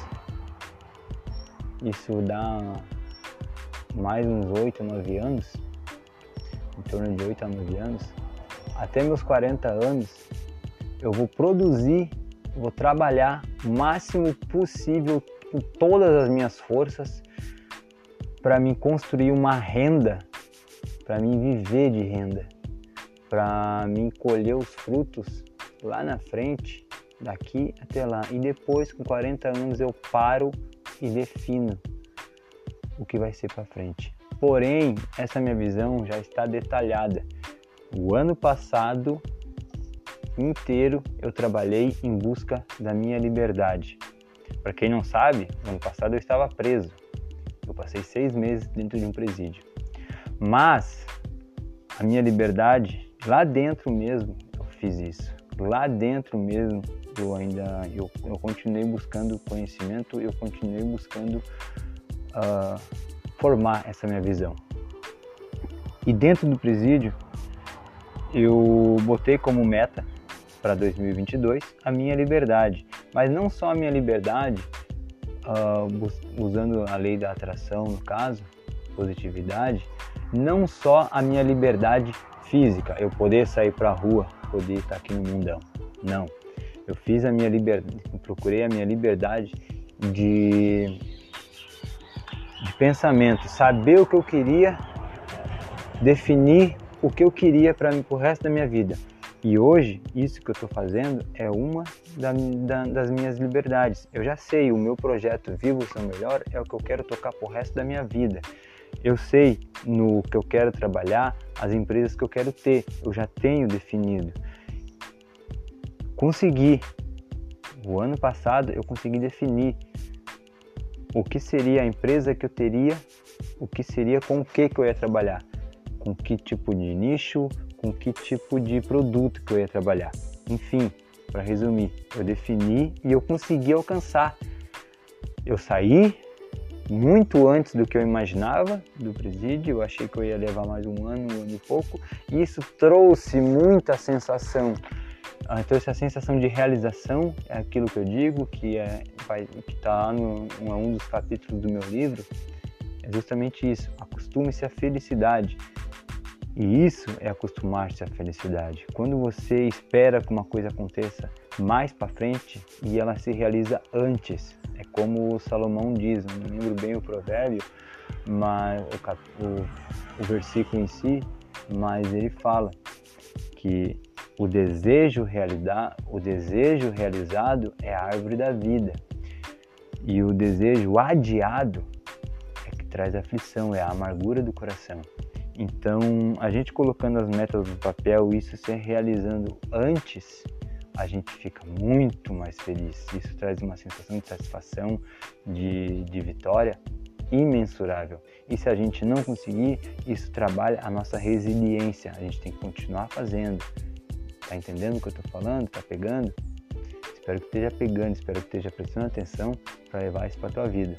isso dá mais uns 8, 9 anos, em torno de 8 a 9 anos, até meus 40 anos, eu vou produzir, vou trabalhar o máximo possível com todas as minhas forças para me construir uma renda, para mim viver de renda, para mim colher os frutos lá na frente, daqui até lá. E depois, com 40 anos, eu paro e defino o que vai ser para frente. Porém, essa minha visão já está detalhada. O ano passado inteiro eu trabalhei em busca da minha liberdade. Para quem não sabe, no ano passado eu estava preso. Eu passei 6 meses dentro de um presídio. Mas a minha liberdade, lá dentro mesmo, eu fiz isso. Lá dentro mesmo, eu continuei buscando conhecimento, eu continuei buscando formar essa minha visão. E dentro do presídio, eu botei como meta para 2022 a minha liberdade. Mas não só a minha liberdade, usando a lei da atração, no caso, positividade, não só a minha liberdade física, eu poder sair para a rua, poder estar aqui no mundão. Não. Eu fiz a minha liberdade, procurei a minha liberdade de pensamento, saber o que eu queria, definir o que eu queria para mim pro resto da minha vida. E hoje, isso que eu estou fazendo é uma das minhas liberdades. Eu já sei, o meu projeto Viva o Seu Melhor é o que eu quero tocar pro resto da minha vida. Eu sei no que eu quero trabalhar, as empresas que eu quero ter, eu já tenho definido. Consegui. O ano passado eu consegui definir o que seria a empresa que eu teria, o que seria com o que eu ia trabalhar, com que tipo de nicho, com que tipo de produto que eu ia trabalhar. Enfim, para resumir, eu defini e eu consegui alcançar. Eu saí muito antes do que eu imaginava do presídio. Eu achei que eu ia levar mais um ano e pouco, e isso trouxe muita sensação. Trouxe a sensação de realização, é aquilo que eu digo, que está lá um dos capítulos do meu livro, é justamente isso: acostume-se à felicidade. E isso é acostumar-se à felicidade. Quando você espera que uma coisa aconteça mais para frente e ela se realiza antes, é como o Salomão diz, não lembro bem o provérbio, mas o versículo em si, mas ele fala que o desejo realizado é a árvore da vida, e o desejo adiado é que traz aflição, é a amargura do coração. Então, a gente colocando as metas no papel, isso se realizando antes, a gente fica muito mais feliz. Isso traz uma sensação de satisfação, de vitória imensurável. E se a gente não conseguir, isso trabalha a nossa resiliência. A gente tem que continuar fazendo. Tá entendendo o que eu tô falando? Tá pegando? Espero que esteja pegando, espero que esteja prestando atenção para levar isso para tua vida.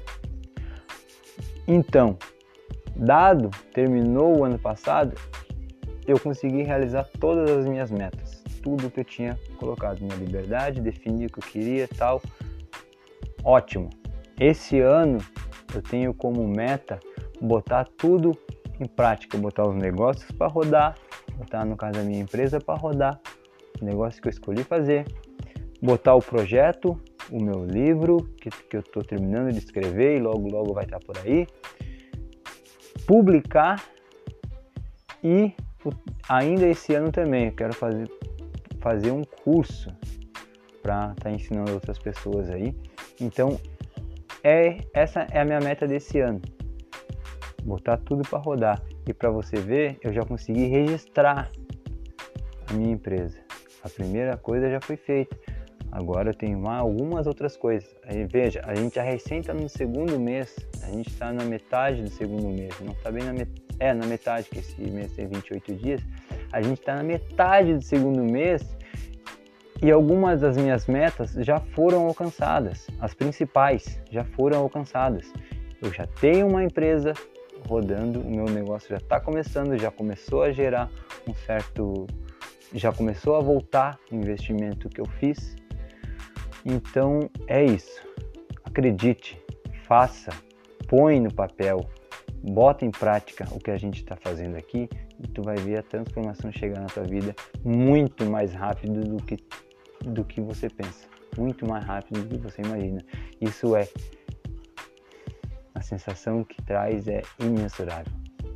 Então, terminou o ano passado, eu consegui realizar todas as minhas metas, tudo que eu tinha colocado, minha liberdade, definir o que eu queria e tal. Ótimo! Esse ano eu tenho como meta botar tudo em prática, botar os negócios para rodar, botar, no caso da minha empresa, para rodar, o negócio que eu escolhi fazer, botar o projeto, o meu livro, que eu estou terminando de escrever e logo vai estar por aí, publicar, e ainda esse ano também eu quero fazer um curso para estar ensinando outras pessoas aí. Então essa é a minha meta desse ano, botar tudo para rodar. E para você ver, eu já consegui registrar a minha empresa. A primeira coisa já foi feita. Agora eu tenho algumas outras coisas. Aí veja, a gente já recém está no segundo mês, a gente está na metade do segundo mês, não está bem na metade, que esse mês tem 28 dias, a gente está na metade do segundo mês e algumas das minhas metas já foram alcançadas, as principais já foram alcançadas. Eu já tenho uma empresa rodando, o meu negócio já está começando, já começou a gerar já começou a voltar o investimento que eu fiz. Então é isso, acredite, faça, põe no papel, bota em prática o que a gente está fazendo aqui e tu vai ver a transformação chegar na tua vida muito mais rápido do que você pensa, muito mais rápido do que você imagina. Isso a sensação que traz é imensurável.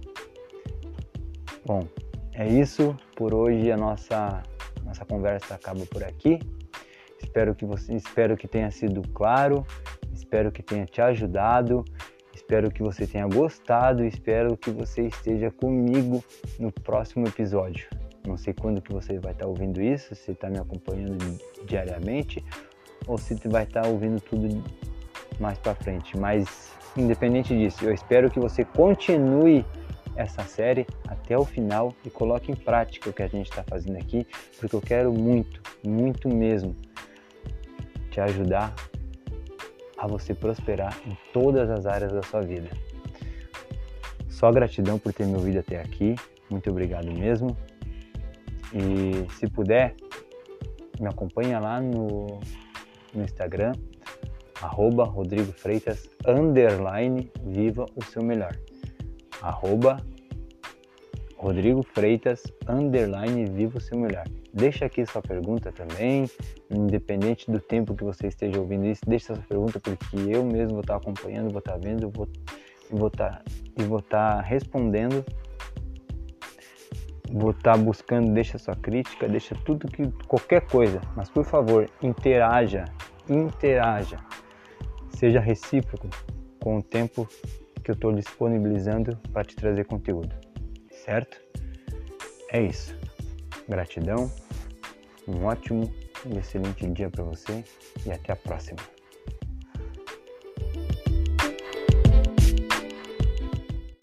Bom, é isso por hoje, a nossa conversa acaba por aqui. Espero que tenha sido claro, espero que tenha te ajudado, espero que você tenha gostado, espero que você esteja comigo no próximo episódio. Não sei quando que você vai estar ouvindo isso, se está me acompanhando diariamente ou se vai estar ouvindo tudo mais para frente, mas independente disso, eu espero que você continue essa série até o final e coloque em prática o que a gente está fazendo aqui, porque eu quero muito, muito mesmo te ajudar a você prosperar em todas as áreas da sua vida. Só gratidão por ter me ouvido até aqui, muito obrigado mesmo. E se puder, me acompanha lá no Instagram, @RodrigoFreitas _ viva o seu melhor. @RodrigoFreitas _ viva o seu melhor. Deixa aqui sua pergunta também, independente do tempo que você esteja ouvindo isso, deixa sua pergunta, porque eu mesmo vou estar acompanhando, vou estar vendo, vou estar respondendo, vou estar buscando, deixa sua crítica, deixa qualquer coisa, mas por favor, interaja, seja recíproco com o tempo que eu estou disponibilizando para te trazer conteúdo, certo? É isso. Gratidão, um ótimo e excelente dia para você e até a próxima.